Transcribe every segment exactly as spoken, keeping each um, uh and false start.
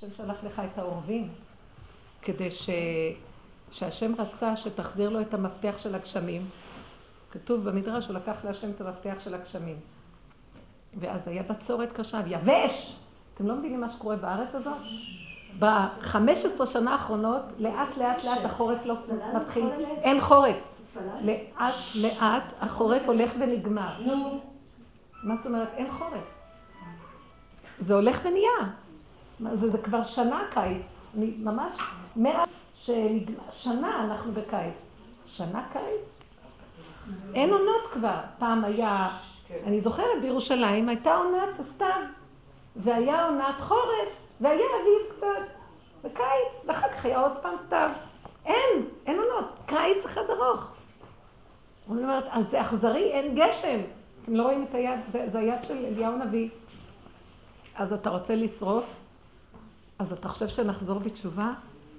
השם שלח לך את העורבים, כדי ש... שהשם רצה שתחזיר לו את המפתח של הגשמים. כתוב במדרש, הוא לקח להשם את המפתח של הגשמים. ואז היה בצורת קשה, יבש! אתם לא מבינים מה שקורה בארץ הזאת? ב-חמש עשרה שנה האחרונות, לאט לאט לאט החורף לא מתחיל, אין חורף. לאט לאט החורף הולך ונגמר. מה זאת אומרת? אין חורף. זה הולך ונהיה. זה, זה כבר שנה קיץ. אני ממש, מאז שנגמר, שנה אנחנו בקיץ. שנה קיץ? אין עונות כבר. פעם היה, אני זוכרת בירושלים, הייתה עונת הסתיו. והיה עונת חורף, והיה אביב קצת. בקיץ, ואחר כך היה עוד פעם סתיו. אין, אין עונות. קיץ אחד ארוך. אני אומרת, אז זה אכזרי, אין גשם. אתם לא רואים את היד, זה, זה היד של אליהו נביא. אז אתה רוצה לשרוף? אז אתה חושב שנחזור בתשובה?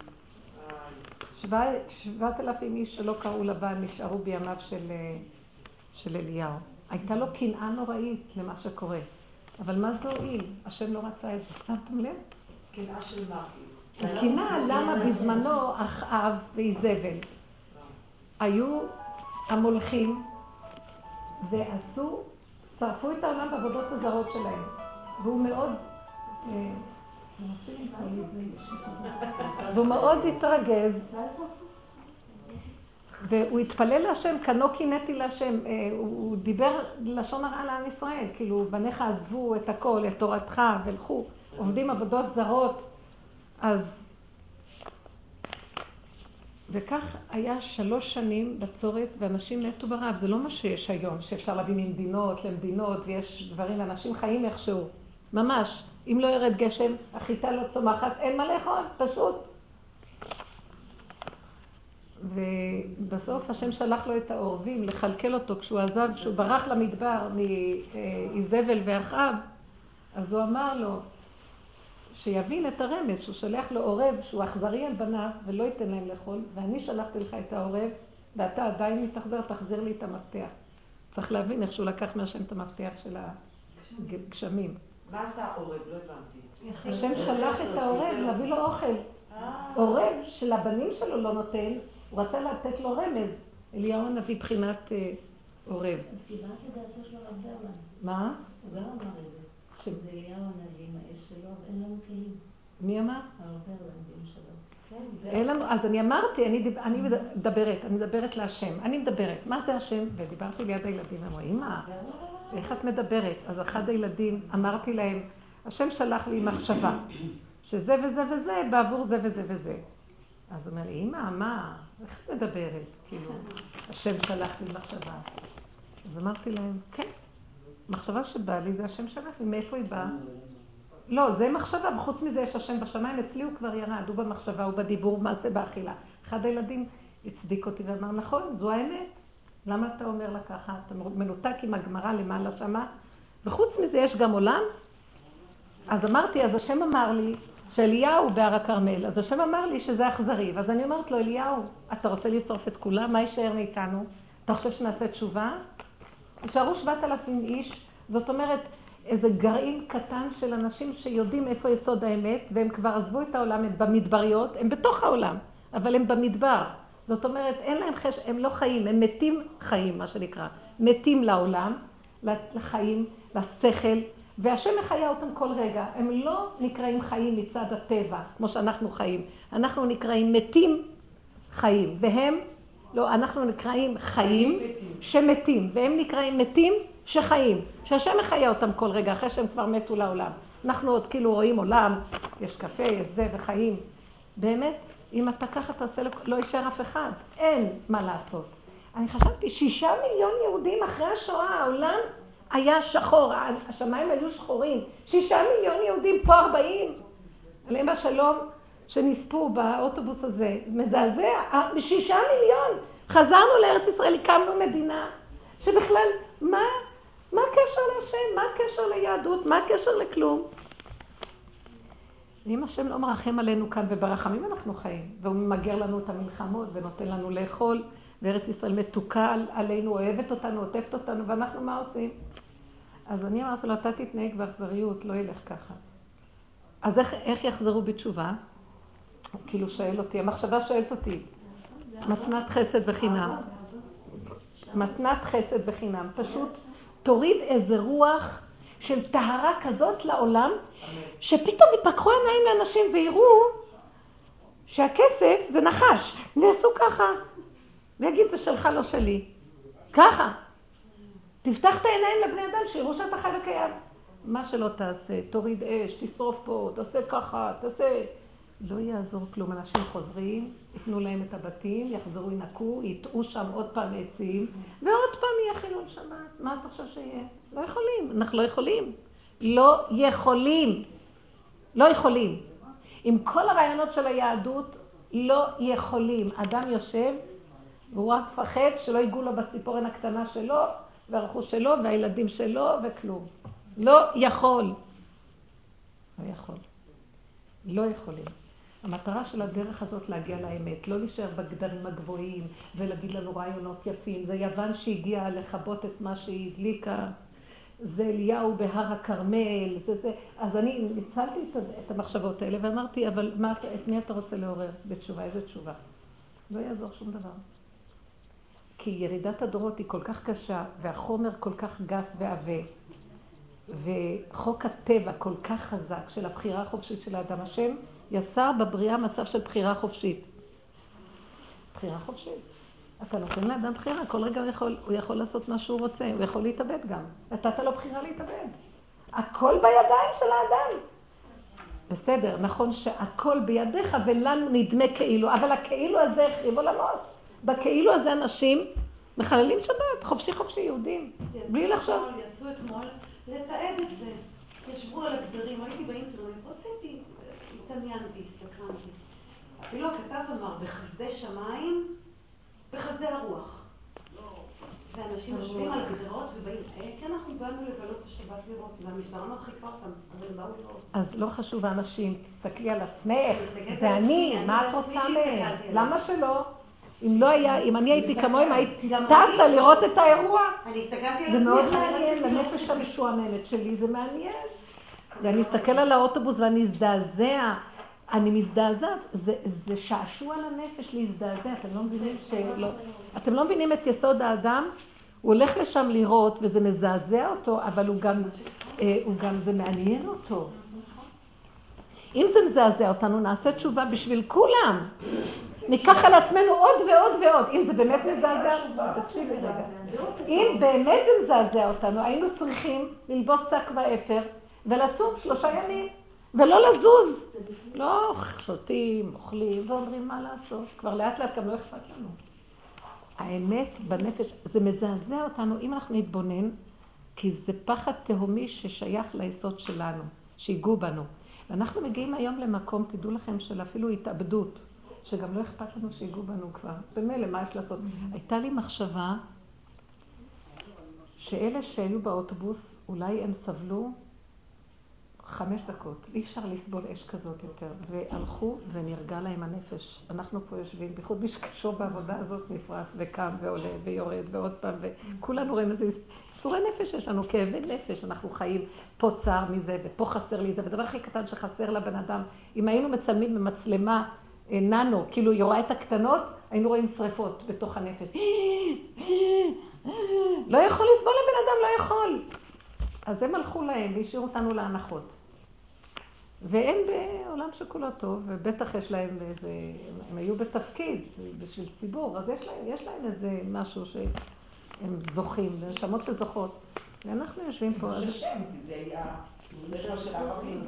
שבע, שבעת אלפים איש שלא קראו לבן נשארו בימיו של, של אליהו. הייתה לו קנאה נוראית למה שקורה. אבל מה זה הועיל? השם לא רצה את זה. שמתם לב? קנאה של מה? קנאה למה בזמנו אחאב ואיזבל היו המולכים ועשו, שרפו את העולם בעבודות הזרות שלהם. והוא מאוד, והוא מאוד התרגז, והוא התפלל להשם, כנו קינאתי להשם, הוא דיבר לשון הרע לעם ישראל, כאילו בניך עזבו את הכל, את תורתך, ולכו, עובדים עבודות זרות, אז וכך היה שלוש שנים בצורת, ואנשים מתו ברעב. זה לא מה שיש היום, שאפשר להביא ממדינות למדינות, ויש דברים, ואנשים חיים איכשהו. ממש, אם לא ירד גשם, החיטה לא צומחת, אין מה לאכול, פשוט. ובסוף השם שלח לו את העורבים לחלקל אותו, כשהוא עזב, כשהוא ברח למדבר מאיזבל ואחאב, אז הוא אמר לו, שיבין את הרמז, שהוא שלח לו עורב, שהוא אכזרי על בניו ולא ייתן להם לאכול, ואני שלחתי לך את העורב, ואתה עדיין מתחזר, תחזיר לי את המפתח. צריך להבין איך שהוא לקח מהשם את המפתח של הגשמים. מה עשה העורב? לא הבנתי. השם שלח את העורב להביא לו אוכל. עורב של הבנים שלו לא נותן, הוא רצה לתת לו רמז. אליהו הנביא בחינת עורב. אז קיבלת לדעתו של הרב ברלן. מה? הוא גם אמר את זה. שזה אליהו הנביא עם האש שלו, ואין לנו כלים. מי אמר? הרב ברלן, בן שלו. אין לנו, אז אני אמרתי, אני, דיב, אני מדברת, אני מדברת להשם, אני מדברת, מה זה השם? ודיברתי ליד הילדים, אמרו, אמא, איך את מדברת? אז אחד הילדים, אמרתי להם, השם שלח לי מחשבה, שזה וזה וזה, בעבור זה וזה וזה. אז הוא אומר לי, אמא, מה? איך את מדברת? כאילו, השם שלח לי מחשבה. אז אמרתי להם, כן, מחשבה שבא לי זה השם שלח לי, מאיפה היא באה? לא, זה מחשבה, וחוץ מזה יש השם בשמיים, אצלי הוא כבר ירד, הוא במחשבה, הוא בדיבור, מעשה באכילה. אחד הילדים הצדיק אותי ואמר, נכון, זו האמת. למה אתה אומר לה ככה? אתה מנותק עם הגמרא למעלה שמה, וחוץ מזה יש גם עולם. אז אמרתי, אז השם אמר לי, שאליהו בהר הכרמל, אז השם אמר לי שזה אכזרי, ואז אני אומרת לו, אליהו, אתה רוצה לשרוף את כולם? מה יישאר מאיתנו? אתה חושב שנעשה תשובה? יישארו שבעת אלפים איש, זאת אומרת, איזה גרעין קטן של אנשים שיודעים איפה יסוד האמת, והם כבר עזבו את העולם, הם במדבריות, הם בתוך העולם, אבל הם במדבר. זאת אומרת, אין להם חש... הם לא חיים, הם מתים חיים, מה שנקרא. מתים לעולם, לחיים, לשכל, והשם מחיה אותם כל רגע. הם לא נקראים חיים מצד הטבע, כמו שאנחנו חיים. אנחנו נקראים מתים חיים, והם, לא, אנחנו נקראים חיים שמתים, והם נקראים מתים שחיים, שהשם מחיה אותם כל רגע, אחרי שהם כבר מתו לעולם. אנחנו עוד כאילו רואים עולם, יש קפה, יש זה וחיים. באמת, אם אתה ככה תעשה, לא יישאר אף אחד, אין מה לעשות. אני חשבתי, שישה מיליון יהודים אחרי השואה, העולם היה שחור, השמיים היו שחורים, שישה מיליון יהודים, פה ארבעים, עליהם השלום שנספו באוטובוס הזה, מזעזע, שישה מיליון, חזרנו לארץ ישראל, הקמנו מדינה, שבכלל, מה, מה הקשר להשם, מה הקשר ליהדות, מה הקשר לכלום? ואם השם לא מרחם עלינו כאן וברחמים אנחנו חיים, והוא ממגר לנו את המלחמות ונותן לנו לאכול, וארץ ישראל מתוקה עלינו, אוהבת אותנו, עוטפת אותנו, ואנחנו מה עושים? אז אני אמרתי לו, אתה תתנהג באכזריות, לא ילך ככה. אז איך, איך יחזרו בתשובה? כאילו שואל אותי, המחשבה שואלת אותי, מתנת חסד בחינם. מתנת חסד בחינם. פשוט תוריד איזה רוח של טהרה כזאת לעולם, שפתאום יפקחו עיניים לאנשים ויראו שהכסף זה נחש. נעשו ככה. ויגיד, זה שלך, לא שלי. ככה. תפתח את העיניים לבני אדם, שיראו שאתה חי וקיים. מה שלא תעשה, תוריד אש, תשרוף פה, תעשה ככה, תעשה... לא יעזור כלום. אנשים חוזרים, יתנו להם את הבתים, יחזרו, ינקו, יטעו שם עוד פעם עצים, ועוד פעם יהיה חילול שבת. מה אתה חושב שיהיה? לא יכולים. אנחנו לא יכולים. לא יכולים. לא יכולים. עם כל הרעיונות של היהדות, לא יכולים. אדם יושב, והוא רק פחד שלא ייגעו לו בציפורן הקטנה שלו, והרכוש שלו, והילדים שלו, וכלום. לא יכול. לא יכול. לא יכולים. המטרה של הדרך הזאת להגיע לאמת, לא להישאר בגדרים הגבוהים ולהגיד לנו רעיונות יפים. זה יוון שהגיע לחבות את מה שהיא הדליקה, זה אליהו בהר הכרמל, זה זה. אז אני ניצלתי את המחשבות האלה ואמרתי, אבל מה, את מי אתה רוצה לעורר בתשובה? איזה תשובה? לא יעזור שום דבר. כי ירידת הדורות היא כל כך קשה, והחומר כל כך גס ועבה, וחוק הטבע כל כך חזק של הבחירה החופשית של האדם. השם יצר בבריאה מצב של בחירה חופשית. בחירה חופשית. אתה נותן לאדם בחירה, כל רגע הוא יכול, הוא יכול לעשות מה שהוא רוצה, הוא יכול להתאבד גם. נתת לו בחירה להתאבד. הכל בידיים של האדם. בסדר, נכון שהכל בידיך ולנו נדמה כאילו, אבל הכאילו הזה החריב עולמות. בכאילו הזה אנשים מחללים שבת, חופשי חופשי יהודים, בלי לחשוב. יצאו אתמול לתעד את זה. ישבו על הגדרים, הייתי באינטרנט, רציתי, התעניינתי, הסתקרנתי. אפילו הכתב אמר, בחסדי שמיים, בחסדי הרוח. ואנשים יושבים על הגדרות ובאים, כן, אנחנו באנו לבלות את השבת לראות, והמשטרה מרחיקה אותם, אבל הם באו לראות. אז לא חשוב האנשים, תסתכלי על עצמך, זה אני, מה את רוצה מהם? למה שלא? אם לא היה, אם אני הייתי כמוהם, הייתי טסה לראות את האירוע. אני הסתכלתי על עצמי, זה מאוד מעניין, לנפש המשועממת שלי, זה מעניין. ואני אסתכל על האוטובוס ואני אזדעזע, אני מזדעזעת, זה, זה שעשוע לנפש להזדעזע, אתם לא מבינים שלא, אתם לא מבינים את יסוד האדם, הוא הולך לשם לראות וזה מזעזע אותו, אבל הוא גם, הוא גם, זה מעניין אותו. אם זה מזעזע אותנו, נעשה תשובה בשביל כולם. ניקח על עצמנו עוד ועוד ועוד, אם זה באמת מזעזע, תקשיבי רגע. אם באמת זה מזעזע אותנו, היינו צריכים ללבוס שק ואפר ולצום שלושה ימים, ולא לזוז. לא שותים, אוכלים ואומרים מה לעשות. כבר לאט לאט גם לא אכפת לנו. האמת בנפש, זה מזעזע אותנו אם אנחנו נתבונן, כי זה פחד תהומי ששייך ליסוד שלנו, שיגעו בנו. ואנחנו מגיעים היום למקום, תדעו לכם, של אפילו התאבדות, שגם לא אכפת לנו שיגעו בנו כבר. במילא, מה יש לעשות? הייתה לי מחשבה שאלה שהיו באוטובוס, אולי הם סבלו חמש דקות. אי אפשר לסבול אש כזאת יותר. והלכו ונרגע להם הנפש. אנחנו פה יושבים, בייחוד מי שקשור בעבודה הזאת, נשרף וקם ועולה ויורד ועוד פעם, וכולנו רואים איזה סורי נפש, יש לנו כאבי נפש, אנחנו חיים פה צער מזה ופה חסר לי זה, ודבר הכי קטן שחסר לבן אדם, אם היינו מצלמים במצלמה ננו, כאילו היא רואה את הקטנות, היינו רואים שריפות בתוך הנפש. לא יכול לסבול לבן אדם, לא יכול. אז הם הלכו להם והשאירו אותנו להנחות. והם בעולם שכולו טוב, ובטח יש להם איזה, הם היו בתפקיד בשביל ציבור, אז יש להם, יש להם איזה משהו שהם זוכים, נשמות שזוכות. ואנחנו יושבים פה. זה שם, זה היה, זה שם של הערבים.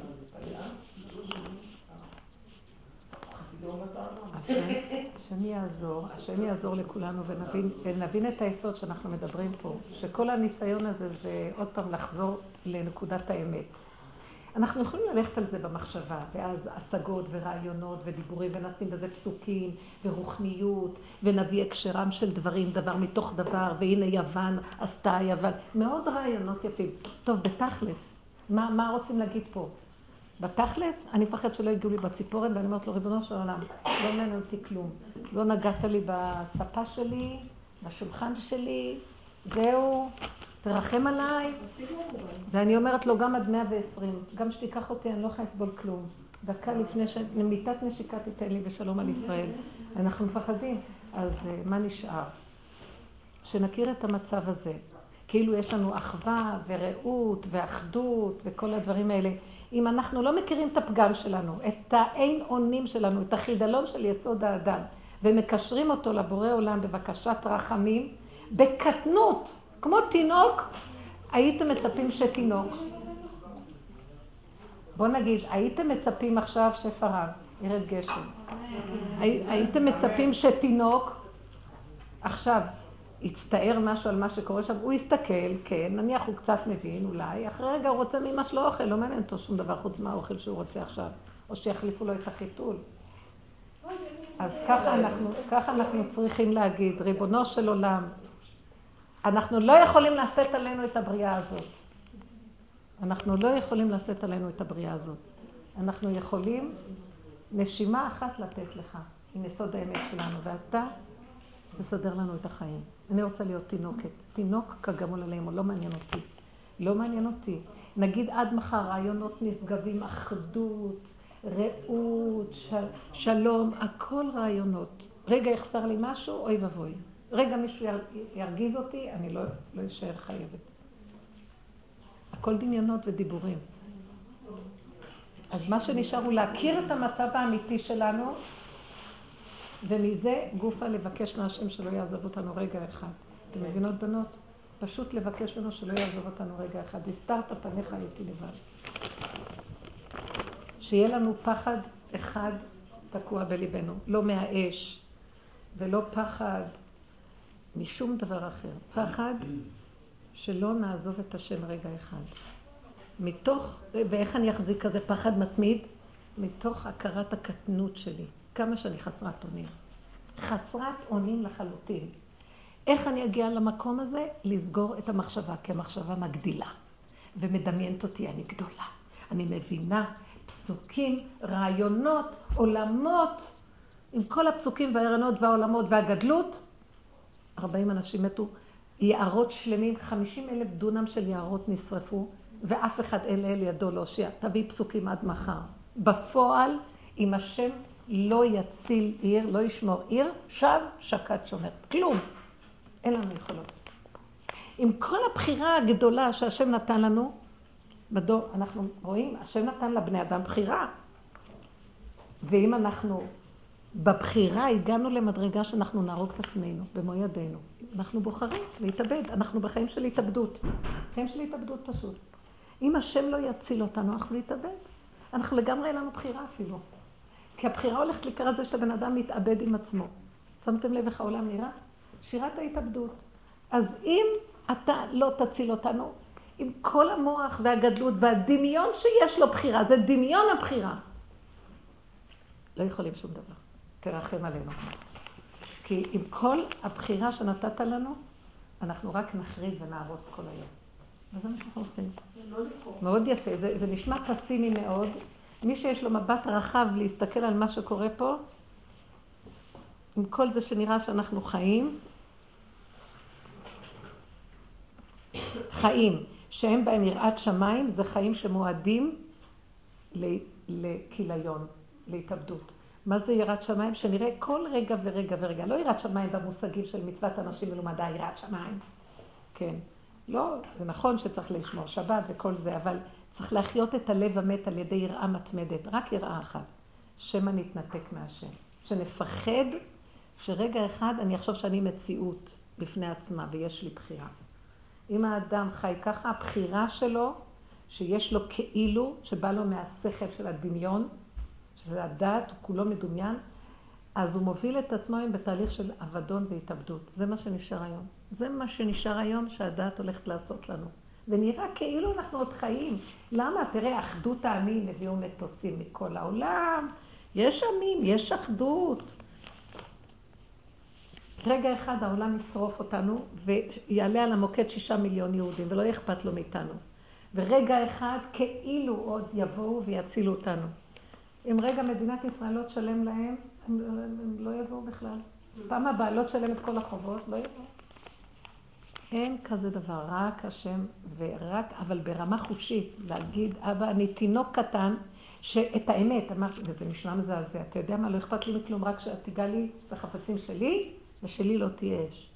השם יעזור, השם יעזור לכולנו ונבין את היסוד שאנחנו מדברים פה, שכל הניסיון הזה זה עוד פעם לחזור לנקודת האמת. אנחנו יכולים ללכת על זה במחשבה, ואז השגות ורעיונות ודיבורים, ונשים בזה פסוקים ורוחניות, ונביא הקשרם של דברים, דבר מתוך דבר, והנה יוון עשתה יוון. מאוד רעיונות יפים. טוב, בתכלס, מה, מה רוצים להגיד פה? בתכלס, אני מפחד שלא יגיעו לי בציפורן, ואני אומרת לו, ריבונו של עולם, לא מעניין אותי כלום. לא נגעת לי בספה שלי, בשולחן שלי, זהו, תרחם עליי. ואני אומרת לו, גם עד מאה ועשרים, גם שתיקח אותי, אני לא יכולה לסבול כלום. דקה לפני שמיטת נשיקה תיתן לי ושלום על ישראל. אנחנו מפחדים. אז מה נשאר? שנכיר את המצב הזה. כאילו יש לנו אחווה ורעות ואחדות וכל הדברים האלה. אם אנחנו לא מכירים את הפגם שלנו, את האין אונים שלנו, את החידלון של יסוד האדם, ומקשרים אותו לבורא עולם בבקשת רחמים, בקטנות, כמו תינוק, הייתם מצפים שתינוק. בוא נגיד, הייתם מצפים עכשיו שפרן, ירד גשם. הייתם מצפים שתינוק, עכשיו, יצטער משהו על מה שקורה שם, הוא יסתכל, כן, נניח הוא קצת מבין אולי, אחרי רגע הוא רוצה ממש לא אוכל, לא מעניין אותו שום דבר חוץ מהאוכל שהוא רוצה עכשיו, או שיחליפו לו את החיתול. אז ככה אנחנו, ככה אנחנו צריכים להגיד, ריבונו של עולם, אנחנו לא יכולים לשאת עלינו את הבריאה הזאת. אנחנו לא יכולים לשאת עלינו את הבריאה הזאת. אנחנו יכולים נשימה אחת לתת לך, עם יסוד האמת שלנו, ואתה תסדר לנו את החיים. אני רוצה להיות תינוקת. תינוק כגמול עליהם, לא מעניין אותי. לא מעניין אותי. נגיד עד מחר רעיונות נשגבים, אחדות, רעות, של, שלום, הכל רעיונות. רגע יחסר לי משהו, אוי ובוי. רגע מישהו ירגיז אותי, אני לא, לא אשאר חייבת. הכל דמיונות ודיבורים. אז מה שנשאר הוא להכיר את המצב האמיתי שלנו, ומזה גופה לבקש מהשם שלא יעזוב אותנו רגע אחד. אתם מבינות בנות? פשוט לבקש ממנו שלא יעזוב אותנו רגע אחד. הסתרת פניך הייתי לבד. שיהיה לנו פחד אחד תקוע בליבנו. לא מהאש, ולא פחד משום דבר אחר. פחד שלא נעזוב את השם רגע אחד. מתוך, ואיך אני אחזיק כזה פחד מתמיד? מתוך הכרת הקטנות שלי. כמה שאני חסרת אונים. חסרת אונים לחלוטין. איך אני אגיע למקום הזה? לסגור את המחשבה, כי המחשבה מגדילה. ומדמיינת אותי, אני גדולה. אני מבינה פסוקים, רעיונות, עולמות, עם כל הפסוקים והרעיונות והעולמות והגדלות. ארבעים אנשים מתו, יערות שלמים, חמישים אלף דונם של יערות נשרפו, ואף אחד אלה אל ידו לא הושיע. תביא פסוקים עד מחר. בפועל, אם השם לא יציל עיר, לא ישמור עיר, שב שקד שומר. כלום. אין לנו יכולות. עם כל הבחירה הגדולה שהשם נתן לנו, בדור, אנחנו רואים, השם נתן לבני אדם בחירה. ואם אנחנו בבחירה הגענו למדרגה שאנחנו נהרוג את עצמנו במו ידינו. אנחנו בוחרים להתאבד, אנחנו בחיים של התאבדות. חיים של התאבדות פשוט. אם השם לא יציל אותנו, אנחנו להתאבד. אנחנו לגמרי אין לנו בחירה אפילו. כי הבחירה הולכת לקראת זה שהבן אדם מתאבד עם עצמו. שמתם לב איך העולם נראה? שירת ההתאבדות. אז אם אתה לא תציל אותנו, עם כל המוח והגדלות והדמיון שיש לו בחירה, זה דמיון הבחירה. לא יכולים שום דבר. תרחם עלינו. כי עם כל הבחירה שנתת לנו, אנחנו רק נחריב ונהרוס כל היום. וזה מה שאנחנו עושים. מאוד יפה. זה, זה נשמע פסימי מאוד. מי שיש לו מבט רחב להסתכל על מה שקורה פה, עם כל זה שנראה שאנחנו חיים, חיים שהם בהם יראת שמיים, זה חיים שמועדים לכיליון, להתאבדות. מה זה יראת שמיים? שנראה כל רגע ורגע ורגע. לא יראת שמיים במושגים של מצוות אנשים מלומדה, יראת שמיים. כן. לא, זה נכון שצריך לשמור שבת וכל זה, אבל צריך להחיות את הלב המת על ידי יראה מתמדת. רק יראה אחת. שמא נתנתק מהשם. שנפחד שרגע אחד אני אחשוב שאני מציאות בפני עצמה ויש לי בחירה. אם האדם חי ככה, הבחירה שלו, שיש לו כאילו, שבא לו מהשכל של הדמיון, שזה הדעת, הוא כולו מדומיין, אז הוא מוביל את עצמו עם בתהליך של אבדון והתאבדות. זה מה שנשאר היום. זה מה שנשאר היום שהדעת הולכת לעשות לנו. ונראה כאילו אנחנו עוד חיים. למה? תראה, אחדות העמים הביאו מטוסים מכל העולם. יש עמים, יש אחדות. רגע אחד העולם ישרוף אותנו ויעלה על המוקד שישה מיליון יהודים ולא אכפת לו מאיתנו. ורגע אחד כאילו עוד יבואו ויצילו אותנו. אם רגע מדינת ישראל לא תשלם להם, הם, הם לא יבואו בכלל. פעם הבאה לא תשלם את כל החובות, לא יבואו. אין כזה דבר, רק השם ורק, אבל ברמה חושית, להגיד, אבא, אני תינוק קטן, שאת האמת, אמרתי, וזה נשמע מזעזע, אתה יודע מה, לא אכפת לי מכלום, רק שאת תיגע לי בחפצים שלי, ושלי לא תהיה אש.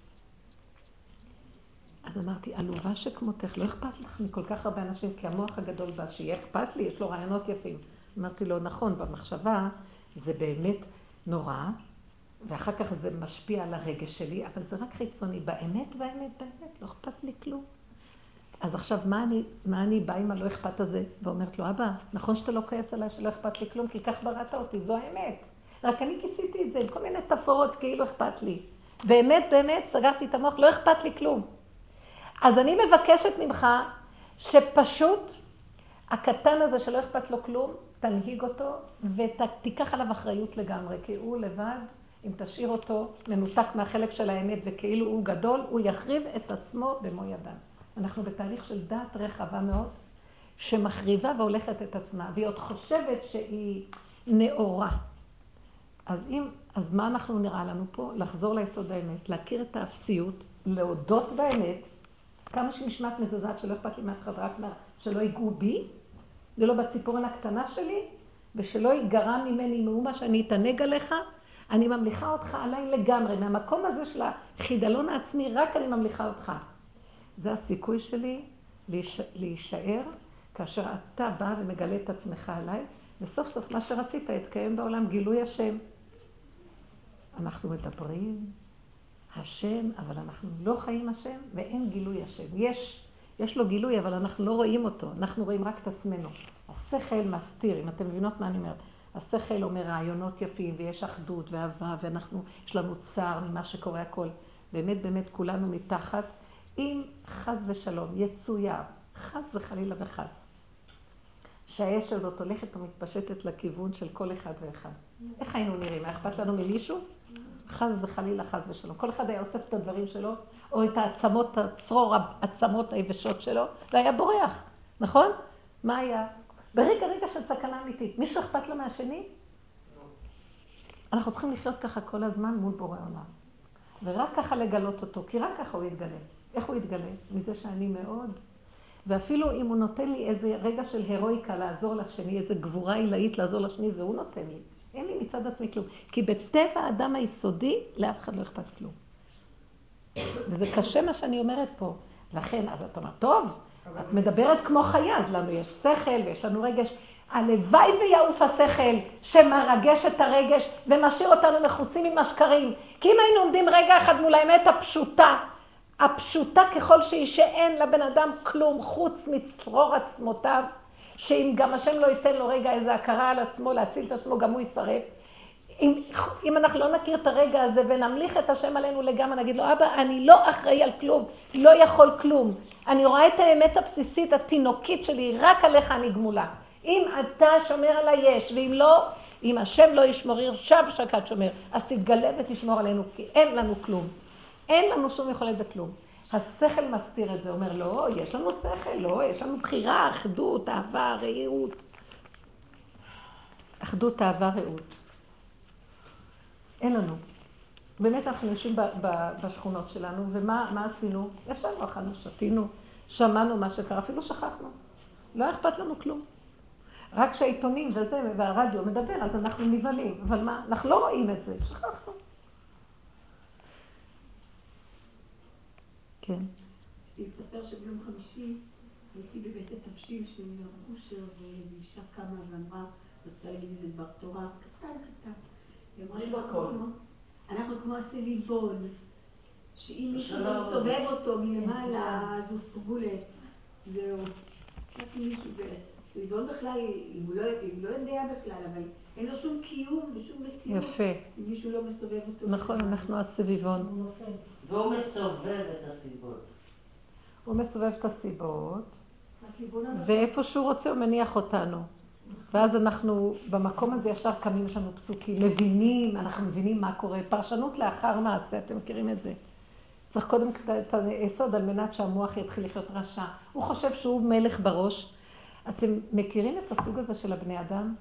אז אמרתי, עלובה שכמותך, לא אכפת לך מכל כך הרבה אנשים, כי המוח הגדול בא, שיהיה אכפת לי, יש לו רעיונות יפים. אמרתי לו, נכון, במחשבה זה באמת נורא, ואחר כך זה משפיע על הרגש שלי, אבל זה רק חיצוני, באמת, באמת, באמת, לא אכפת לי כלום. אז עכשיו, מה אני, מה אני באה עם הלא אכפת הזה? ואומרת לו, אבא, נכון שאתה לא כועס עליי שלא אכפת לי כלום, כי כך בראת אותי, זו האמת. רק אני כיסיתי את זה עם כל מיני תפורות, כאילו אכפת לי. באמת, באמת, סגרתי את המוח, לא אכפת לי כלום. אז אני מבקשת ממך שפשוט הקטן הזה שלא אכפת לו כלום, תנהיג אותו ותיקח עליו אחריות לגמרי, כי הוא לבד, אם תשאיר אותו מנותק מהחלק של האמת וכאילו הוא גדול, הוא יחריב את עצמו במו ידם. אנחנו בתהליך של דעת רחבה מאוד, שמחריבה והולכת את עצמה, והיא עוד חושבת שהיא נאורה. אז אם, אז מה אנחנו נראה לנו פה? לחזור ליסוד האמת, להכיר את האפסיות, להודות באמת, כמה שנשמעת מזזת שלא אכפת לי מהחד, רק מה, שלא ייגעו בי, ולא בציפורן הקטנה שלי, ושלא ייגרע ממני מאומה שאני אתענג עליך, אני ממליכה אותך עליי לגמרי. מהמקום הזה של החידלון העצמי, רק אני ממליכה אותך. זה הסיכוי שלי להישאר, כאשר אתה בא ומגלה את עצמך עליי, וסוף סוף מה שרצית יתקיים בעולם, גילוי השם. אנחנו מדברים השם, אבל אנחנו לא חיים השם, ואין גילוי השם. יש, יש לו גילוי, אבל אנחנו לא רואים אותו. אנחנו רואים רק את עצמנו. השכל מסתיר, אם אתם מבינות מה אני אומרת. השכל אומר רעיונות יפים, ויש אחדות ואהבה, ואנחנו, יש לנו צער ממה שקורה הכל. באמת, באמת, כולנו מתחת, עם חס ושלום, יצויר, חס וחלילה וחס. שהאש הזאת הולכת ומתפשטת לכיוון של כל אחד ואחד. איך היינו נראים? היה אכפת לנו ממישהו? חס וחלילה, חס ושלום. כל אחד היה אוסף את הדברים שלו, או את העצמות, הצרור העצמות היבשות שלו, והיה בורח, נכון? מה היה? ברגע רגע של סכנה אמיתית. מישהו אכפת לו מהשני? אנחנו צריכים לחיות ככה כל הזמן מול בורא עולם. ורק ככה לגלות אותו, כי רק ככה הוא יתגלה. איך הוא יתגלה? מזה שאני מאוד. ואפילו אם הוא נותן לי איזה רגע של הרואיקה לעזור לשני, איזה גבורה עילאית לעזור לשני, זה הוא נותן לי. אין לי מצד עצמי כלום. כי בטבע האדם היסודי, לאף אחד לא אכפת כלום. וזה קשה מה שאני אומרת פה. לכן, אז את אומרת, טוב, את מדברת כמו חיה, אז לנו יש שכל ויש לנו רגש. הלוואי ויעוף השכל שמרגש את הרגש ומשאיר אותנו מכוסים עם השקרים. כי אם היינו עומדים רגע אחד מול האמת הפשוטה, הפשוטה ככל שהיא שאין לבן אדם כלום חוץ מצרור עצמותיו, שאם גם השם לא ייתן לו רגע איזו הכרה על עצמו, להציל את עצמו, גם הוא ישרף. אם, אם אנחנו לא נכיר את הרגע הזה ונמליך את השם עלינו לגמרי, נגיד לו, אבא, אני לא אחראי על כלום, לא יכול כלום. אני רואה את האמת הבסיסית, התינוקית שלי, רק עליך אני גמולה. אם אתה שומר על היש, ואם לא, אם השם לא ישמור, ירשב שקד שומר, אז תתגלה ותשמור עלינו, כי אין לנו כלום. אין לנו שום יכולת בכלום. השכל מסתיר את זה, אומר, לא, יש לנו שכל, לא, יש לנו בחירה, אחדות, אהבה, רעות. אחדות, אהבה, רעות. אין לנו. באמת אנחנו יושבים בשכונות שלנו, ומה מה עשינו? ישבנו, אכלנו, שתינו, שמענו מה שקרה, אפילו שכחנו. לא אכפת לנו כלום. רק שהעיתונים וזה, והרדיו מדבר, אז אנחנו נבהלים. אבל מה? אנחנו לא רואים את זה, שכחנו. כן. רציתי לספר שביום חמישי הייתי בבית התבשיל של הרב אושר, ואיזו אישה קמה ואמרה, רצה להגיד איזה דבר תורה, קטן קטן. היא אמרה אנחנו כמו הסביבון, שאם מישהו לא מסובב אותו מלמעלה, אז הוא פגולת. זהו. רק מישהו בסביבון בכלל, אם הוא לא יודע בכלל, אבל אין לו שום קיום ושום מציאות. יפה. אם מישהו לא מסובב אותו. נכון, אנחנו הסביבון. והוא מסובב את הסיבות. הוא מסובב את הסיבות, ואיפה שהוא רוצה הוא מניח אותנו. ואז אנחנו במקום הזה ישר קמים, יש לנו פסוקים, מבינים, אנחנו מבינים מה קורה. פרשנות לאחר מעשה, אתם מכירים את זה. צריך קודם את היסוד על מנת שהמוח יתחיל לחיות רשע. הוא חושב שהוא מלך בראש. אתם מכירים את הסוג הזה של הבני אדם?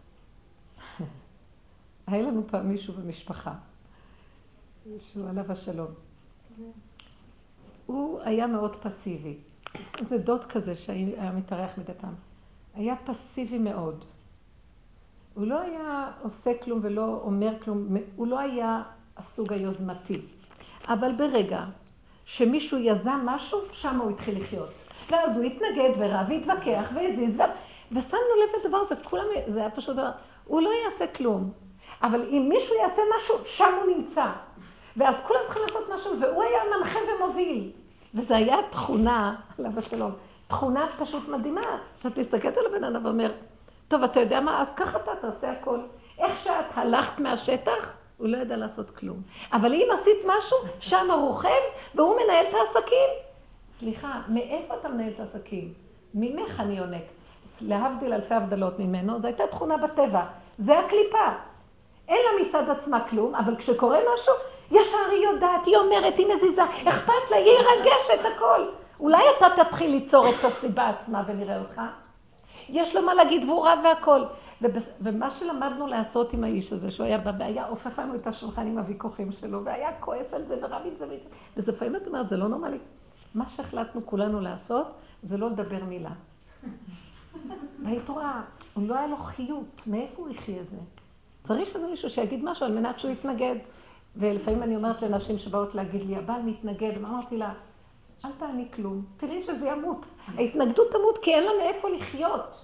היה לנו פעם מישהו במשפחה, שהוא עליו השלום. הוא היה מאוד פסיבי. זה דוד כזה שהיה מתארח מדי פעם. היה פסיבי מאוד. הוא לא היה עושה כלום ולא אומר כלום, הוא לא היה הסוג היוזמתי. אבל ברגע שמישהו יזם משהו, שם הוא התחיל לחיות. ואז הוא התנגד ורב והתווכח והזיז, ו... ושמנו לב לדבר הזה, כולם, זה היה פשוט דבר, הוא לא יעשה כלום. אבל אם מישהו יעשה משהו, שם הוא נמצא. ואז כולם צריכים לעשות משהו, והוא היה מנחה ומוביל. וזה היה תכונה, עליו השלום, תכונה פשוט מדהימה. שאת מסתכלת על הבן אדם ואומר, טוב, אתה יודע מה? אז ככה אתה תעשה הכל. איך שאת הלכת מהשטח, הוא לא ידע לעשות כלום. אבל אם עשית משהו, שם הוא רוכב, והוא מנהל את העסקים. סליחה, מאיפה אתה מנהל את העסקים? ממך אני יונק. להבדיל אלפי הבדלות ממנו, זו הייתה תכונה בטבע. זה הקליפה. אין לה מצד עצמה כלום, אבל כשקורה משהו, ישר היא יודעת, היא אומרת, היא מזיזה, אכפת לה, היא ירגשת הכל. אולי אתה תתחיל ליצור את הסיבה עצמה ונראה אותך? יש לו מה להגיד והוא רב והכל. ומה שלמדנו לעשות עם האיש הזה, שהוא היה בבעיה, הופך לנו את השולחן עם הוויכוחים שלו, והיה כועס על זה ורב עם זה. וזה פעמים את אומרת, זה לא נורמלי. מה שהחלטנו כולנו לעשות, זה לא לדבר מילה. והיית רואה, הוא לא היה לו חיות, מאיפה הוא יחיה זה? צריך איזה מישהו שיגיד משהו על מנת שהוא יתנגד. ולפעמים אני אומרת לנשים שבאות להגיד לי, הבעל מתנגד, אמרתי לה, אל תעני כלום, תראי שזה ימות. ההתנגדות תמות כי אין לה מאיפה לחיות.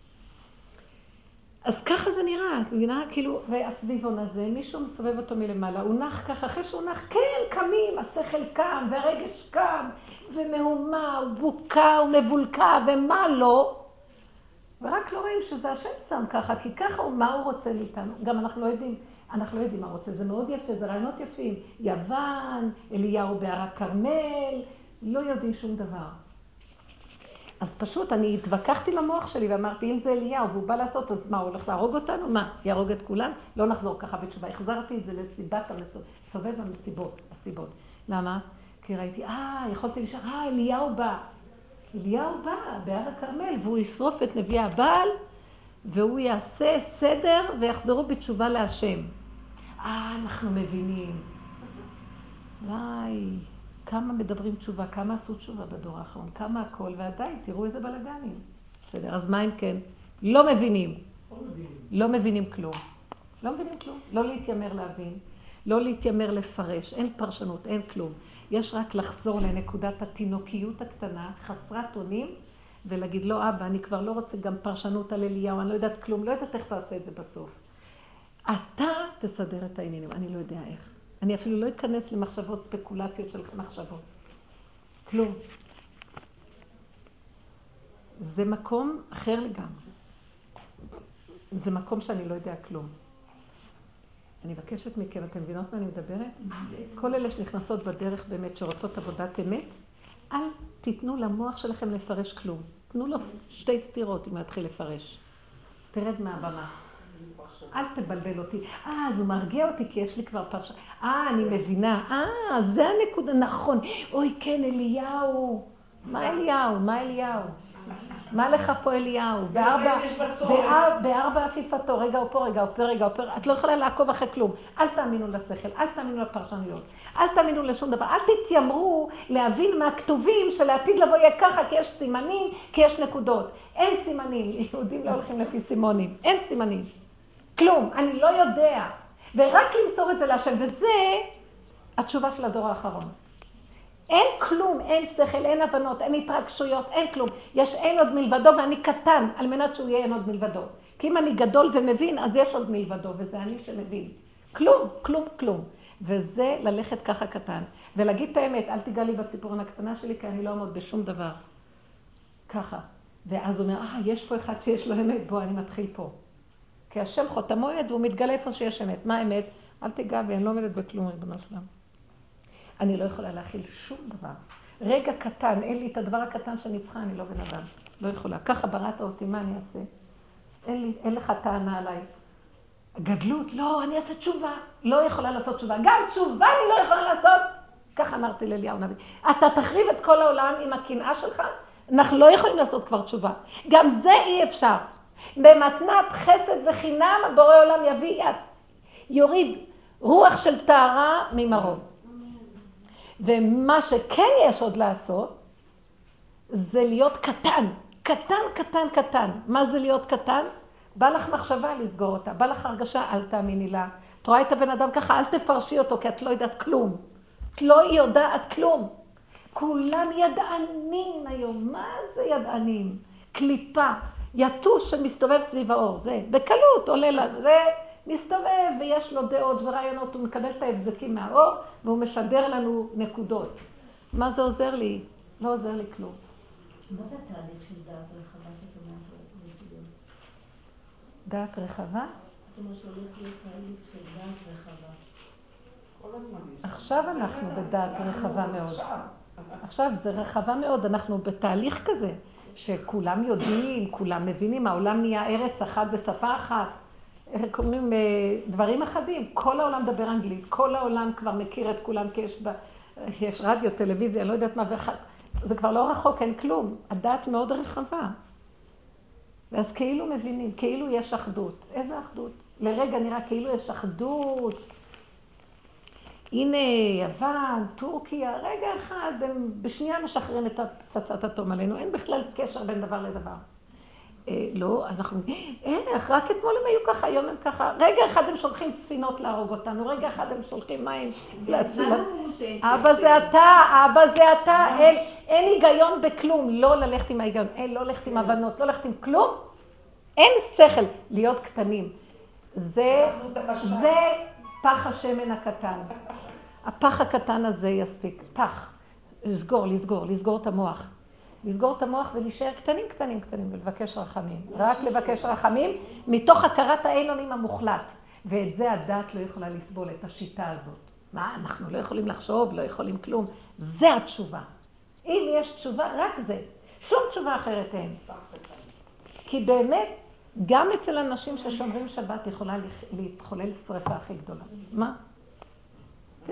אז ככה זה נראה, זה נראה כאילו, והסביבון הזה, מישהו מסובב אותו מלמעלה, הוא נח ככה, אחרי שהוא נח, כן, קמים, השכל קם, והרגש קם, ומהומה, ובוקה, ומבולקה, ומה לא. ורק לא רואים שזה השם שם ככה, כי ככה הוא, מה הוא רוצה מאיתנו. גם אנחנו לא יודעים, אנחנו לא יודעים מה הוא רוצה, זה מאוד יפה, זה רעיונות יפים. יוון, אליהו בהר הכרמל, לא יודעים שום דבר. אז פשוט אני התווכחתי למוח שלי ואמרתי, אם זה אליהו והוא בא לעשות, אז מה, הוא הולך להרוג אותנו? מה, יהרוג את כולם? לא נחזור ככה בתשובה. החזרתי את זה לסיבת סובב המסיבות, הסיבות. למה? כי ראיתי, אה, יכולתי לשאר, אה, אליהו בא. אליהו בא בהר הכרמל, והוא ישרוף את נביא הבעל, והוא יעשה סדר ויחזרו בתשובה להשם. אה, אנחנו מבינים. וואי, כמה מדברים תשובה, כמה עשו תשובה בדור האחרון, כמה הכל, ועדיין, תראו איזה בלגנים. בסדר, אז מה אם כן? לא מבינים. לא מבינים כלום. לא מבינים כלום. לא להתיימר להבין, לא להתיימר לפרש, אין פרשנות, אין כלום. יש רק לחזור לנקודת התינוקיות הקטנה, חסרת אונים, ולהגיד לו, אבא, אני כבר לא רוצה גם פרשנות על אליהו, אני לא יודעת כלום, לא יודעת איך תעשה את זה בסוף. אתה תסדר את העניינים, אני לא יודע איך. אני אפילו לא אכנס למחשבות, ספקולציות של מחשבות. כלום. זה מקום אחר לגמרי. זה מקום שאני לא יודע כלום. אני מבקשת מכם, אתם מבינות מה אני מדברת? כל אלה שנכנסות בדרך באמת שרוצות עבודת אמת, אל תיתנו למוח שלכם לפרש כלום. תנו לו שתי סתירות אם הוא יתחיל לפרש. תרד מהבמה. אל תבלבל אותי. אה, אז הוא מרגיע אותי כי יש לי כבר פרשה. אה, אני מבינה. אה, זה הנקודה, נכון. אוי, כן, אליהו. מה אליהו? מה אליהו? מה לך פה אליהו? בארבע, בארבע עפיפתו, רגע הוא פה, רגע הוא פה, רגע הוא פה. את לא יכולה לעקוב אחרי כלום. אל תאמינו לשכל, אל תאמינו לפרשנויות. אל תאמינו לשום דבר. אל תתיימרו להבין מהכתובים שלעתיד לבוא יהיה ככה, כי יש סימנים, כי יש נקודות. אין סימנים. יהודים לא הולכים לפי סימונים. אין סימנים. כלום. אני לא יודע. ורק למסור את זה להשם. וזה התשובה של הדור האחרון. אין כלום, אין שכל, אין הבנות, אין התרגשויות, אין כלום. יש אין עוד מלבדו ואני קטן על מנת שהוא יהיה אין עוד מלבדו. כי אם אני גדול ומבין, אז יש עוד מלבדו, וזה אני שמבין. כלום, כלום, כלום. וזה ללכת ככה קטן. ולהגיד את האמת, אל תיגע לי בציפורן הקטנה שלי, כי אני לא עמוד בשום דבר. ככה. ואז הוא אומר, אה, יש פה אחד שיש לו אמת, בוא, אני מתחיל פה. כי השם חותמו אמת והוא מתגלה איפה שיש אמת. מה האמת? אל תיגע בי, אני לא עומדת בכלום, ריבונו שלם. אני לא יכולה להכיל שום דבר. רגע קטן, אין לי את הדבר הקטן שאני צריכה, אני לא בן אדם. לא יכולה. ככה בראת אותי, מה אני אעשה? אין לי, אין לך טענה עליי. גדלות, לא, אני אעשה תשובה. לא יכולה לעשות תשובה. גם תשובה אני לא יכולה לעשות. ככה אמרתי לאליהו נביא. אתה תחריב את כל העולם עם הקנאה שלך? אנחנו לא יכולים לעשות כבר תשובה. גם זה אי אפשר. במתנת חסד וחינם, בורא עולם יביא, יוריד רוח של טהרה ממרום. ומה שכן יש עוד לעשות, זה להיות קטן. קטן, קטן, קטן. מה זה להיות קטן? בא לך מחשבה לסגור אותה. בא לך הרגשה, אל תאמיני לה. את רואה את הבן אדם ככה, אל תפרשי אותו, כי את לא יודעת כלום. את לא יודעת כלום. כולם ידענים היום. מה זה ידענים? קליפה. יתוש שמסתובב סביב האור. זה בקלות עולה לה. זה מסתובב ויש לו דעות ורעיונות. הוא מקבל את ההבזקים מהאור והוא משדר לנו נקודות. מה זה עוזר לי? לא עוזר לי כלום. מה זה התהליך של דעת רחבה שאת אומרת לצידון? דעת רחבה? זאת אומרת שהולך להיות תהליך של דעת רחבה. עכשיו אנחנו בדעת רחבה מאוד. עכשיו זה רחבה מאוד, אנחנו בתהליך כזה, שכולם יודעים, כולם מבינים, העולם נהיה ארץ אחת ושפה אחת. קוראים דברים אחדים, כל העולם מדבר אנגלית, כל העולם כבר מכיר את כולם, כי יש, בה, יש רדיו, טלוויזיה, לא יודעת מה ואחד. זה כבר לא רחוק, אין כלום. הדעת מאוד רחבה. ואז כאילו מבינים, כאילו יש אחדות. איזה אחדות? לרגע נראה כאילו יש אחדות. הנה, יוון, טורקיה, רגע אחד, הם בשנייה משחררים את פצצת אטום עלינו. אין בכלל קשר בין דבר לדבר. אה, לא, אז אנחנו, איך, רק אתמול הם היו ככה, היום הם ככה. רגע אחד הם שולחים ספינות להרוג אותנו, רגע אחד הם שולחים מים להציל. אבא זה אתה, אבא זה אתה, אין, אין היגיון בכלום. לא ללכת עם ההיגיון, אין, לא ללכת עם הבנות, לא ללכת עם כלום. אין שכל להיות קטנים. זה, זה פח השמן הקטן. הפח הקטן הזה יספיק. פח. לסגור, לסגור, לסגור את המוח. לסגור את המוח ולהישאר קטנים, קטנים, קטנים, ולבקש רחמים. רק לבקש רחמים מתוך הכרת האין-אונים המוחלט. ואת זה הדעת לא יכולה לסבול, את השיטה הזאת. מה? אנחנו לא יכולים לחשוב, לא יכולים כלום. זה התשובה. אם יש תשובה, רק זה. שום תשובה אחרת אין. כי באמת, גם אצל אנשים ששומרים שבת יכולה להתחולל שריפה הכי גדולה. מה? כן.